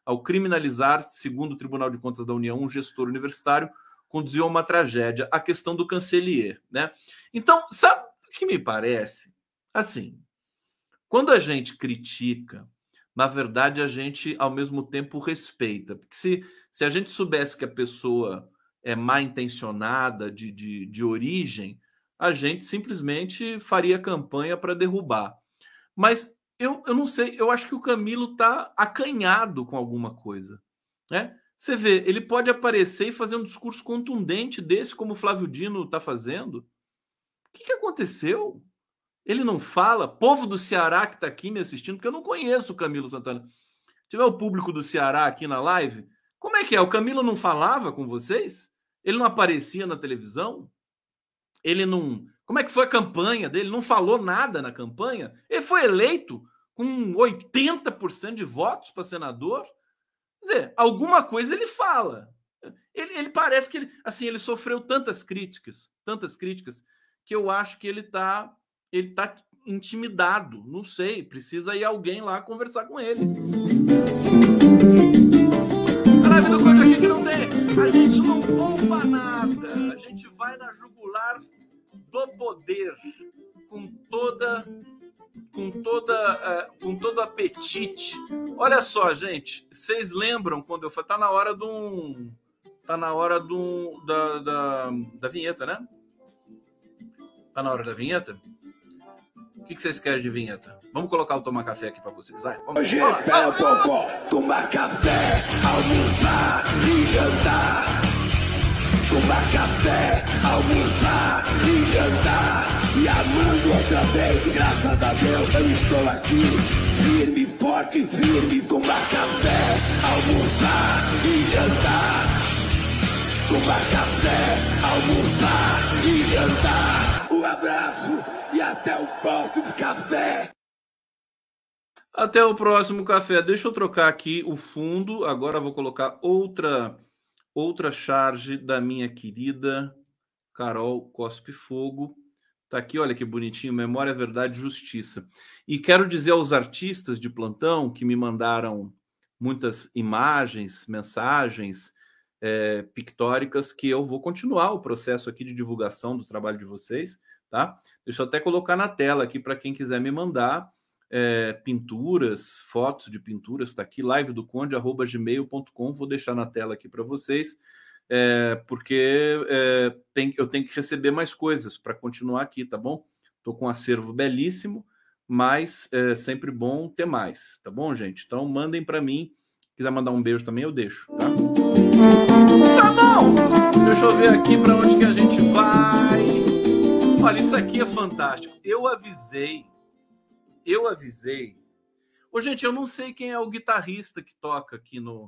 ao criminalizar, segundo o Tribunal de Contas da União, um gestor universitário, conduziu a uma tragédia, a questão do cancelier, né? Então, sabe o que me parece? Assim, quando a gente critica, na verdade, a gente, ao mesmo tempo, respeita. Porque se a gente soubesse que a pessoa é mal intencionada de origem, a gente simplesmente faria campanha para derrubar. Mas eu não sei, eu acho que o Camilo está acanhado com alguma coisa, né? Você vê, ele pode aparecer e fazer um discurso contundente desse, como o Flávio Dino está fazendo. O que aconteceu? Ele não fala? Povo do Ceará que está aqui me assistindo, porque eu não conheço o Camilo Santana. Se tiver o público do Ceará aqui na live, como é que é? O Camilo não falava com vocês? Ele não aparecia na televisão? Ele não... Como é que foi a campanha dele? Não falou nada na campanha? Ele foi eleito com 80% de votos para senador? Quer dizer, alguma coisa ele fala. Ele parece que ele sofreu tantas críticas, que eu acho que ele tá intimidado. Não sei, precisa ir alguém lá conversar com ele. A live do Conde aqui que não tem. A gente não poupa nada. A gente vai na jugular do poder com todo apetite. Olha só, gente, vocês lembram quando eu falei, tá na hora da vinheta, né? Tá na hora da vinheta? O que vocês querem de vinheta? Vamos colocar o Tomar Café aqui pra vocês. Vai, vamos. Hoje, pera um pouco. Tomar café, almoçar e jantar. Tomar café, almoçar e jantar. E amando outra vez, graças a Deus eu estou aqui. Firme, forte, firme. Tomar café, almoçar e jantar. Tomar café, almoçar e jantar. Um abraço e até o próximo café. Até o próximo café. Deixa eu trocar aqui o fundo. Agora vou colocar outra charge da minha querida Carol Cospe Fogo. Tá aqui, olha que bonitinho. Memória, Verdade, Justiça. E quero dizer aos artistas de plantão que me mandaram muitas imagens, mensagens pictóricas, que eu vou continuar o processo aqui de divulgação do trabalho de vocês, tá? Deixa eu até colocar na tela aqui para quem quiser me mandar pinturas, fotos de pinturas, está aqui, livedoconde@gmail.com, vou deixar na tela aqui para vocês, porque eu tenho que receber mais coisas para continuar aqui, tá bom? Estou com um acervo belíssimo, mas é sempre bom ter mais, tá bom, gente? Então mandem para mim, se quiser mandar um beijo também, eu deixo, tá? Tá bom! Deixa eu ver aqui para onde que a gente vai. Olha, isso aqui é fantástico. Eu avisei. Ô, gente, eu não sei quem é o guitarrista que toca aqui no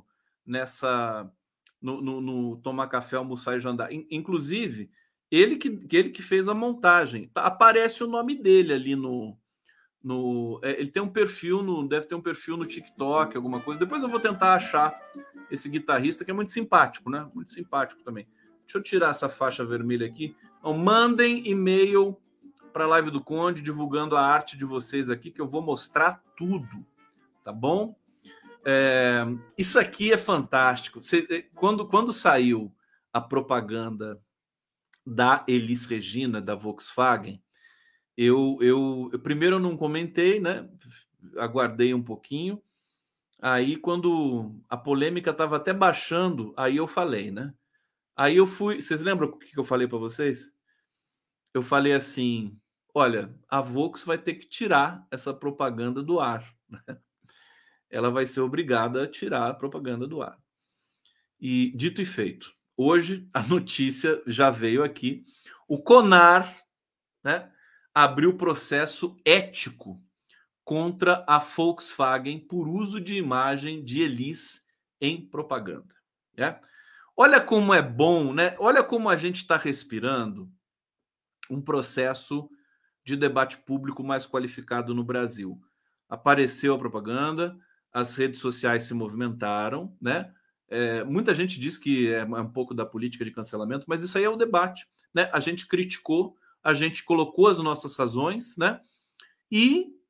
Tomar Café, Almoçar e Jantar. Inclusive, ele que fez a montagem. Aparece o nome dele ali ele tem um perfil, deve ter um perfil no TikTok, alguma coisa. Depois eu vou tentar achar esse guitarrista, que é muito simpático, né? Muito simpático também. Deixa eu tirar essa faixa vermelha aqui. Então, mandem e-mail para a Live do Conde, divulgando a arte de vocês aqui, que eu vou mostrar tudo, tá bom? Isso aqui é fantástico. Quando saiu a propaganda da Elis Regina, da Volkswagen, eu primeiro eu não comentei, né? Aguardei um pouquinho. Aí, quando a polêmica estava até baixando, aí eu falei, né? Aí eu fui... Vocês lembram o que eu falei para vocês? Eu falei assim, olha, a Volks vai ter que tirar essa propaganda do ar. Ela vai ser obrigada a tirar a propaganda do ar. E dito e feito, hoje a notícia já veio aqui. O CONAR, né, abriu processo ético contra a Volkswagen por uso de imagem de Elis em propaganda. Né? Olha como é bom, né? Olha como a gente está respirando um processo de debate público mais qualificado no Brasil. Apareceu a propaganda, as redes sociais se movimentaram, né? Muita gente diz que é um pouco da política de cancelamento, mas isso aí é o debate, né? A gente criticou, a gente colocou as nossas razões, né? E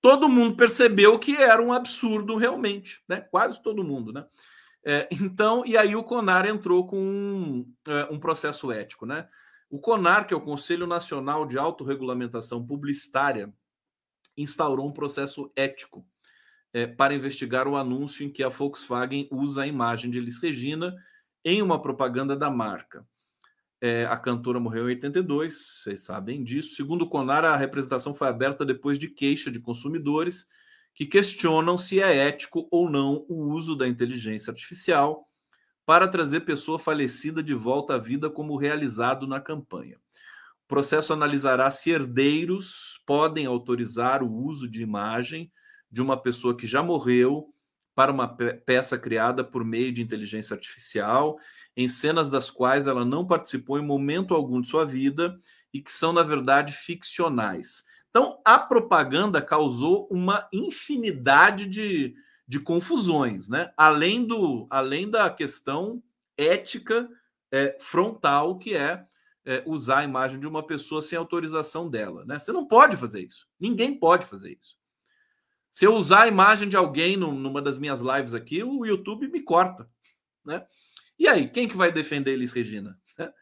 todo mundo percebeu que era um absurdo realmente, né? Quase todo mundo, né? Então, e aí o CONAR entrou com um processo ético, né? O CONAR, que é o Conselho Nacional de Autorregulamentação Publicitária, instaurou um processo ético para investigar o anúncio em que a Volkswagen usa a imagem de Elis Regina em uma propaganda da marca. A cantora morreu em 82, vocês sabem disso. Segundo o CONAR, a representação foi aberta depois de queixa de consumidores que questionam se é ético ou não o uso da inteligência artificial para trazer pessoa falecida de volta à vida como realizado na campanha. O processo analisará se herdeiros podem autorizar o uso de imagem de uma pessoa que já morreu para uma peça criada por meio de inteligência artificial, em cenas das quais ela não participou em momento algum de sua vida e que são, na verdade, ficcionais. Então, a propaganda causou uma infinidade de confusões, né? Além da questão ética frontal, que é usar a imagem de uma pessoa sem autorização dela, né? Você não pode fazer isso. Ninguém pode fazer isso. Se eu usar a imagem de alguém numa das minhas lives aqui, o YouTube me corta, né? E aí, quem que vai defender Elis Regina?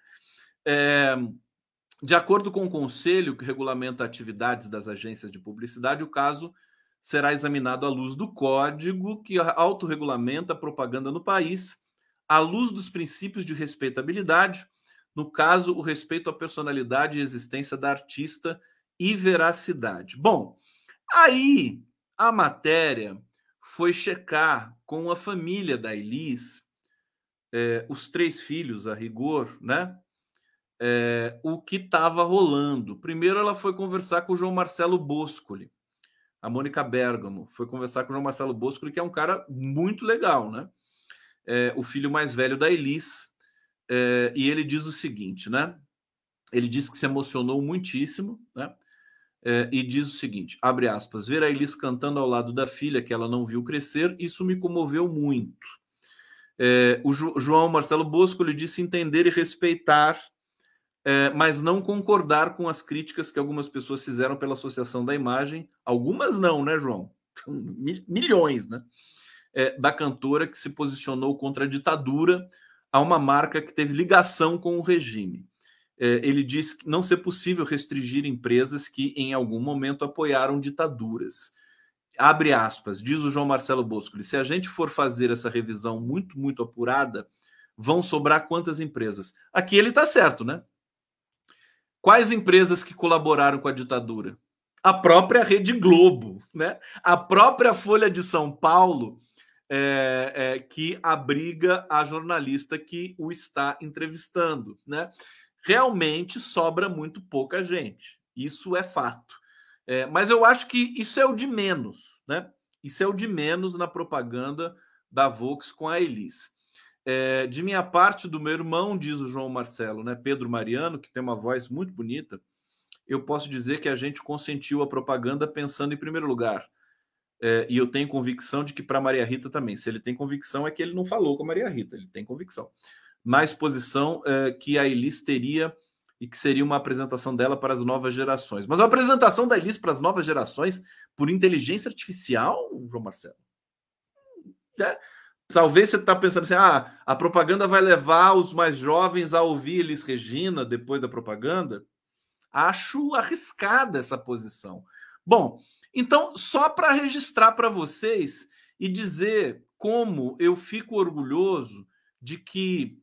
De acordo com o conselho que regulamenta atividades das agências de publicidade, o caso será examinado à luz do código que autorregulamenta a propaganda no país, à luz dos princípios de respeitabilidade, no caso, o respeito à personalidade e existência da artista e veracidade. Bom, aí a matéria foi checar com a família da Elis, os 3 filhos, a rigor, né? O que estava rolando. Primeiro, ela foi conversar com o João Marcelo Boscoli, a Mônica Bergamo. Foi conversar com o João Marcelo Boscoli, que é um cara muito legal, né? O filho mais velho da Elis. E ele diz o seguinte, né? Ele diz que se emocionou muitíssimo, né? E diz o seguinte, abre aspas, ver a Elis cantando ao lado da filha que ela não viu crescer, isso me comoveu muito. O João Marcelo Boscoli disse entender e respeitar, mas não concordar com as críticas que algumas pessoas fizeram pela associação da imagem, algumas não, né, João? Milhões, né? Da cantora que se posicionou contra a ditadura a uma marca que teve ligação com o regime. Ele disse que não ser possível restringir empresas que em algum momento apoiaram ditaduras. Abre aspas, diz o João Marcelo Boscoli, se a gente for fazer essa revisão muito, muito apurada, vão sobrar quantas empresas? Aqui ele está certo, né? Quais empresas que colaboraram com a ditadura? A própria Rede Globo, né? A própria Folha de São Paulo, que abriga a jornalista que o está entrevistando, né? Realmente sobra muito pouca gente. Isso é fato. Mas eu acho que isso é o de menos, né? Isso é o de menos na propaganda da Vox com a Elis. De minha parte, do meu irmão, diz o João Marcelo, né? Pedro Mariano, que tem uma voz muito bonita, eu posso dizer que a gente consentiu a propaganda pensando em primeiro lugar. E eu tenho convicção de que para Maria Rita também. Se ele tem convicção, é que ele não falou com a Maria Rita, ele tem convicção. Na exposição que a Elis teria e que seria uma apresentação dela para as novas gerações. Mas a apresentação da Elis para as novas gerações por inteligência artificial, João Marcelo? Talvez você está pensando assim, a propaganda vai levar os mais jovens a ouvir Elis Regina depois da propaganda. Acho arriscada essa posição. Bom, então, só para registrar para vocês e dizer como eu fico orgulhoso de que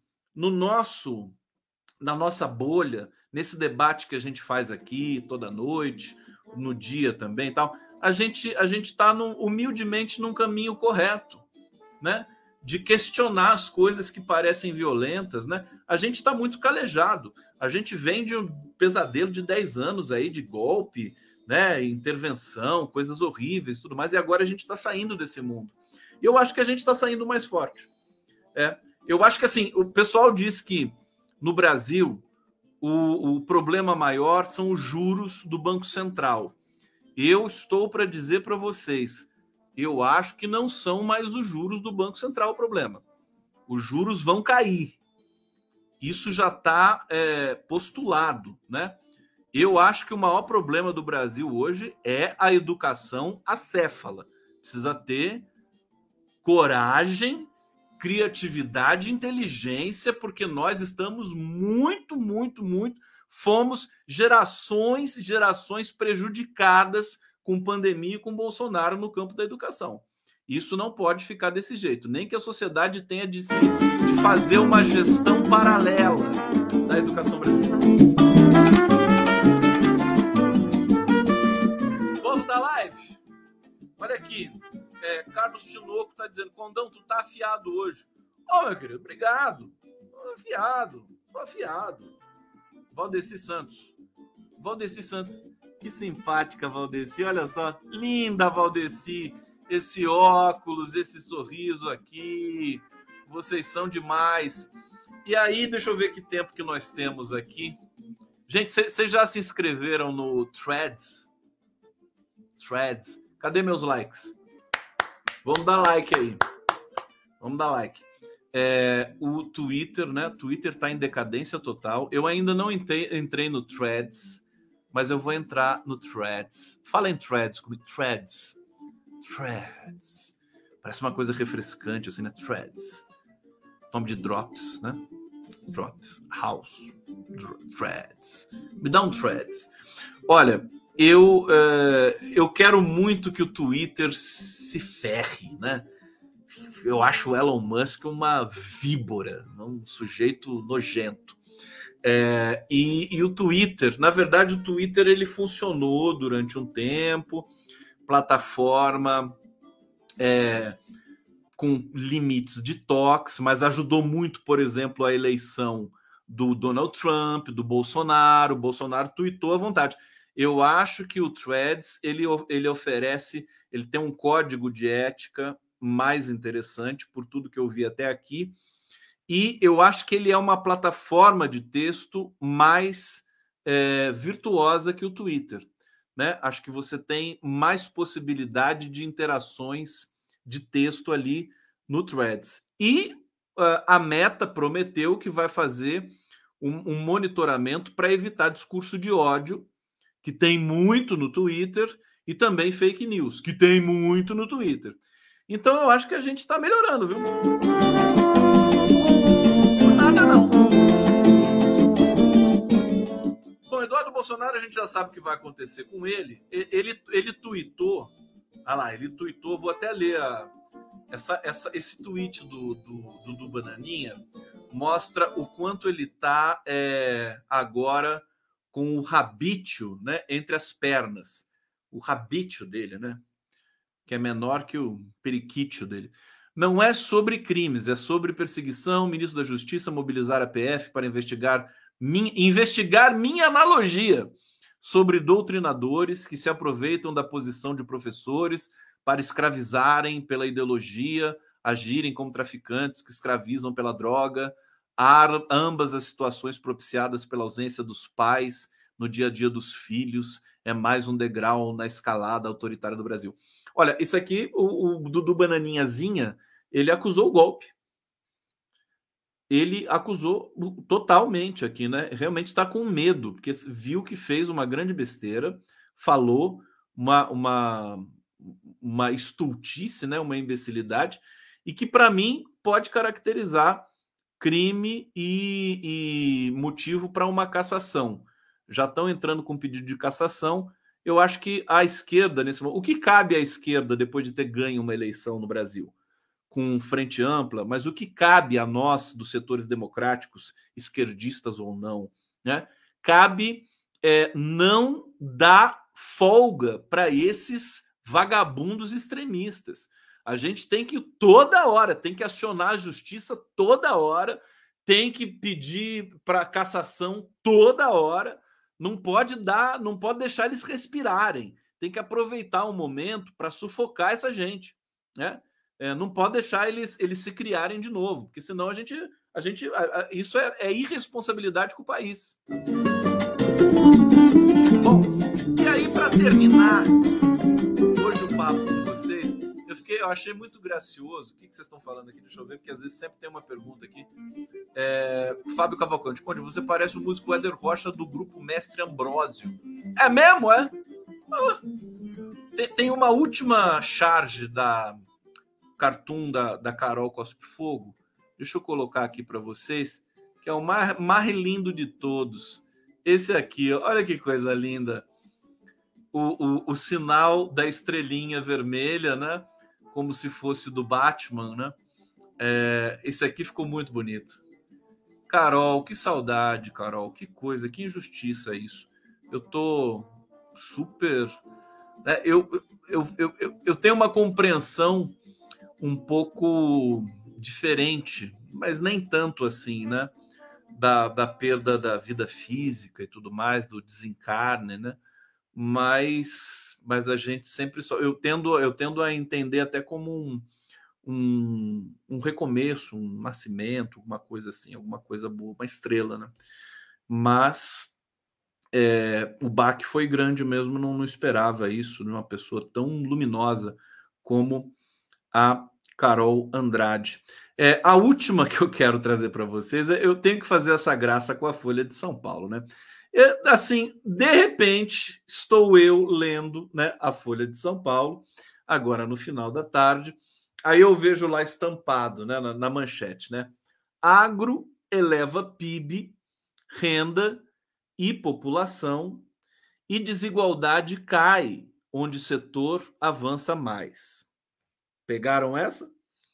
na nossa bolha, nesse debate que a gente faz aqui toda noite, no dia também, tal, a gente está humildemente num caminho correto, né? De questionar as coisas que parecem violentas, né? A gente está muito calejado. A gente vem de um pesadelo de 10 anos aí de golpe, né? Intervenção, coisas horríveis, tudo mais. E agora a gente está saindo desse mundo. E eu acho que a gente está saindo mais forte. Eu acho que assim, o pessoal diz que no Brasil o problema maior são os juros do Banco Central. Eu estou para dizer para vocês, eu acho que não são mais os juros do Banco Central o problema. Os juros vão cair. Isso já está postulado, né? Eu acho que o maior problema do Brasil hoje é a educação acéfala. Precisa ter coragem, criatividade e inteligência, porque nós estamos muito, fomos gerações prejudicadas com pandemia e com Bolsonaro no campo da educação. Isso não pode ficar desse jeito, nem que a sociedade tenha de fazer uma gestão paralela da educação brasileira. Povo da live, olha aqui, Carlos Tinoco está dizendo, Condão, tu tá afiado hoje. Meu querido, obrigado. Tô afiado. Valdeci Santos, que simpática, Valdeci, olha só, linda, Valdeci, esse óculos, esse sorriso aqui, vocês são demais. E aí, deixa eu ver que tempo que nós temos aqui. Gente, vocês já se inscreveram no Threads? Cadê meus likes? Vamos dar like aí. O Twitter, né? Twitter tá em decadência total. Eu ainda não entrei no Threads, mas eu vou entrar no Threads. Fala em Threads comigo. Threads. Parece uma coisa refrescante, assim, né? Threads. Nome de Drops, né? Drops. House. Threads. Me dá um Threads. Olha, eu quero muito que o Twitter se ferre, né? Eu acho o Elon Musk uma víbora, um sujeito nojento. E o Twitter, na verdade, o Twitter ele funcionou durante um tempo, plataforma com limites de toques, mas ajudou muito, por exemplo, a eleição do Donald Trump, do Bolsonaro. O Bolsonaro tweetou à vontade. Eu acho que o Threads ele oferece, ele tem um código de ética mais interessante por tudo que eu vi até aqui, e eu acho que ele é uma plataforma de texto mais virtuosa que o Twitter, né? Acho que você tem mais possibilidade de interações de texto ali no Threads. E a Meta prometeu que vai fazer um monitoramento para evitar discurso de ódio, que tem muito no Twitter, e também fake news, que tem muito no Twitter. Então eu acho que a gente está melhorando, viu? Por nada não. Bom, Eduardo Bolsonaro, a gente já sabe o que vai acontecer com ele. Ele tweetou, vou até ler esse tweet do Bananinha, mostra o quanto ele está agora com o rabítio, né, entre as pernas. O rabítio dele, né? Que é menor que o periquítio dele. Não é sobre crimes, é sobre perseguição. O ministro da Justiça mobilizar a PF para investigar minha analogia sobre doutrinadores que se aproveitam da posição de professores para escravizarem pela ideologia, agirem como traficantes que escravizam pela droga, ambas as situações propiciadas pela ausência dos pais no dia a dia dos filhos. É mais um degrau na escalada autoritária do Brasil. Olha, isso aqui, o Dudu Bananinhazinha, ele acusou o golpe. Ele acusou totalmente aqui, né? Realmente está com medo, porque viu que fez uma grande besteira, falou uma estultice, né? Uma imbecilidade, e que, para mim, pode caracterizar crime e motivo para uma cassação. Já estão entrando com pedido de cassação. Eu acho que a esquerda, nesse momento, o que cabe à esquerda depois de ter ganho uma eleição no Brasil? Com frente ampla, mas o que cabe a nós, dos setores democráticos, esquerdistas ou não, né? Cabe não dar folga para esses vagabundos extremistas. A gente tem que, toda hora, tem que acionar a justiça toda hora, tem que pedir para cassação toda hora. Não pode deixar eles respirarem. Tem que aproveitar o momento para sufocar essa gente, né? Não pode deixar eles se criarem de novo, porque senão isso é irresponsabilidade com o país. Bom, e aí, para terminar hoje o papo com vocês, eu achei muito gracioso. O que vocês estão falando aqui? Deixa eu ver, porque às vezes sempre tem uma pergunta aqui. Fábio Cavalcante, Conde, você parece o músico Éder Rocha do grupo Mestre Ambrósio. É mesmo, é? Tem uma última charge da cartoon da Carol Cospe Fogo. Deixa eu colocar aqui para vocês, que é o mais lindo de todos. Esse aqui, olha que coisa linda. O sinal da estrelinha vermelha, né? Como se fosse do Batman, né? Esse aqui ficou muito bonito. Carol, que saudade, Carol. Que coisa, que injustiça isso. Eu tô super... Né? Eu tenho uma compreensão um pouco diferente, mas nem tanto assim, né? Da perda da vida física e tudo mais, do desencarne, né? Mas a gente sempre só... Eu tendo a entender até como um recomeço, um nascimento, uma coisa assim, alguma coisa boa, uma estrela, né? Mas o baque foi grande mesmo, não esperava isso, de uma pessoa tão luminosa como a Carol Andrade. A última que eu quero trazer para vocês, eu tenho que fazer essa graça com a Folha de São Paulo, né? Assim, de repente, estou eu lendo, né, a Folha de São Paulo, agora no final da tarde, aí eu vejo lá estampado, né, na manchete, né? Agro eleva PIB, renda e população, e desigualdade cai, onde o setor avança mais. Pegaram essa?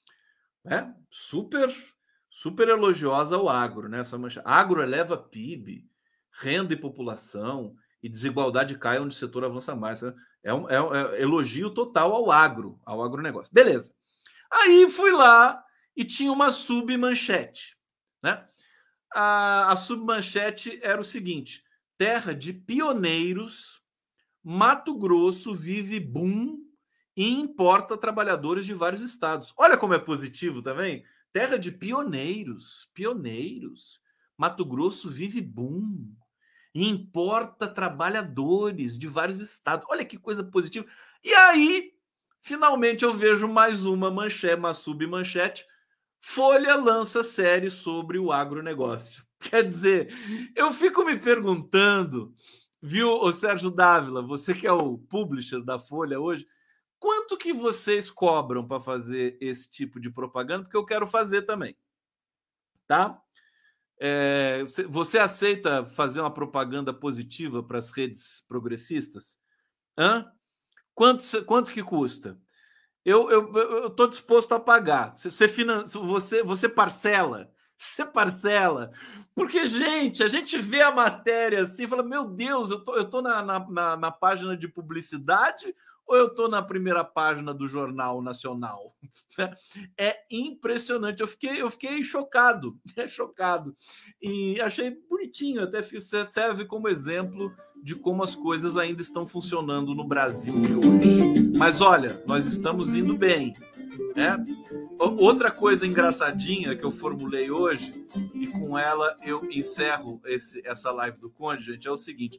Super elogiosa ao agro, né? Essa manchete. Agro eleva PIB, renda e população, e desigualdade cai onde o setor avança mais. É um elogio total ao agronegócio. Beleza. Aí fui lá e tinha uma submanchete, né? A submanchete era o seguinte: terra de pioneiros, Mato Grosso vive boom e importa trabalhadores de vários estados. Olha como é positivo também. Terra de pioneiros. Mato Grosso vive boom e importa trabalhadores de vários estados. Olha que coisa positiva. E aí, finalmente, eu vejo mais uma manchete, uma submanchete. Folha lança série sobre o agronegócio. Quer dizer, eu fico me perguntando, viu, ô Sérgio Dávila, você que é o publisher da Folha hoje, quanto que vocês cobram para fazer esse tipo de propaganda? Porque eu quero fazer também, tá? Você aceita fazer uma propaganda positiva para as redes progressistas? Quanto que custa? Eu estou disposto a pagar. Você parcela. Você parcela. Porque, gente, a gente vê a matéria assim e fala, meu Deus, eu tô na página de publicidade ou eu estou na primeira página do Jornal Nacional? É impressionante. Eu fiquei chocado. Chocado. E achei bonitinho. Até serve como exemplo de como as coisas ainda estão funcionando no Brasil de hoje. Mas olha, nós estamos indo bem, né? Outra coisa engraçadinha que eu formulei hoje, e com ela eu encerro essa live do Conde, gente, é o seguinte: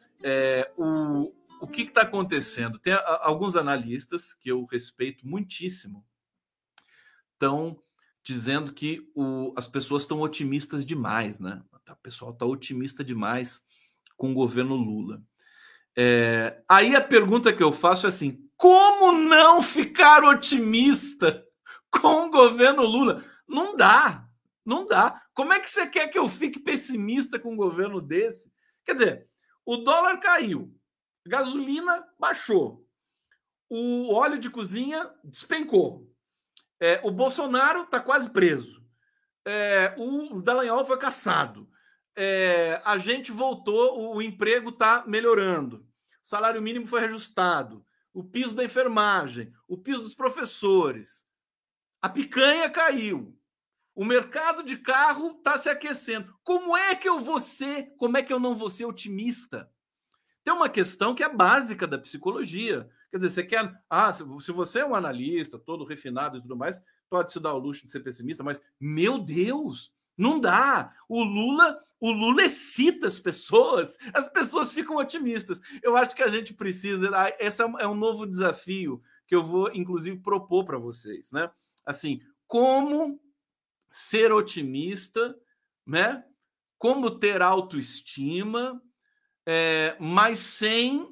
o que está acontecendo? Tem alguns analistas que eu respeito muitíssimo, estão dizendo que as pessoas estão otimistas demais, né? O pessoal está otimista demais com o governo Lula. Aí a pergunta que eu faço é assim: como não ficar otimista com o governo Lula? Não dá. Como é que você quer que eu fique pessimista com um governo desse? Quer dizer, o dólar caiu, gasolina baixou, o óleo de cozinha despencou, o Bolsonaro está quase preso, o Dallagnol foi cassado, a gente voltou, o emprego está melhorando, o salário mínimo foi reajustado, o piso da enfermagem, o piso dos professores, a picanha caiu, o mercado de carro está se aquecendo. Como é que eu não vou ser otimista? Tem uma questão que é básica da psicologia. Quer dizer, você quer... se você é um analista, todo refinado e tudo mais, pode se dar o luxo de ser pessimista, mas, meu Deus, não dá. O Lula excita as pessoas ficam otimistas. Eu acho que a gente precisa... Esse é um novo desafio que eu vou, inclusive, propor para vocês, né? Assim, como ser otimista, né? Como ter autoestima, mas sem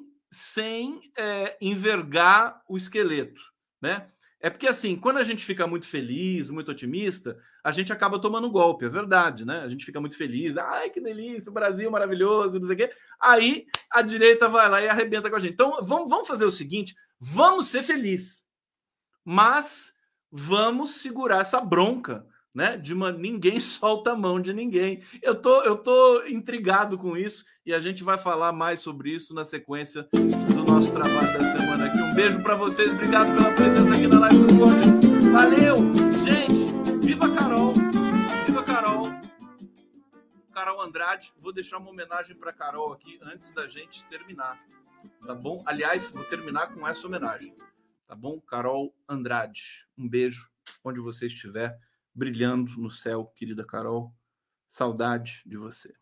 envergar o esqueleto, né? É porque, assim, quando a gente fica muito feliz, muito otimista, a gente acaba tomando golpe, é verdade, né? A gente fica muito feliz, ai, que delícia, o Brasil maravilhoso, não sei o quê. Aí a direita vai lá e arrebenta com a gente. Então, vamos fazer o seguinte, vamos ser felizes, mas vamos segurar essa bronca, né? Ninguém solta a mão de ninguém. Eu tô intrigado com isso e a gente vai falar mais sobre isso na sequência do nosso trabalho da semana aqui. Um beijo para vocês, obrigado pela presença aqui na live do Conde. Valeu, gente. Viva a Carol, viva a Carol. Carol Andrade. Vou deixar uma homenagem para Carol aqui antes da gente terminar, tá bom? Aliás, vou terminar com essa homenagem. Tá bom? Carol Andrade. Um beijo onde você estiver, brilhando no céu, querida Carol. Saudade de você.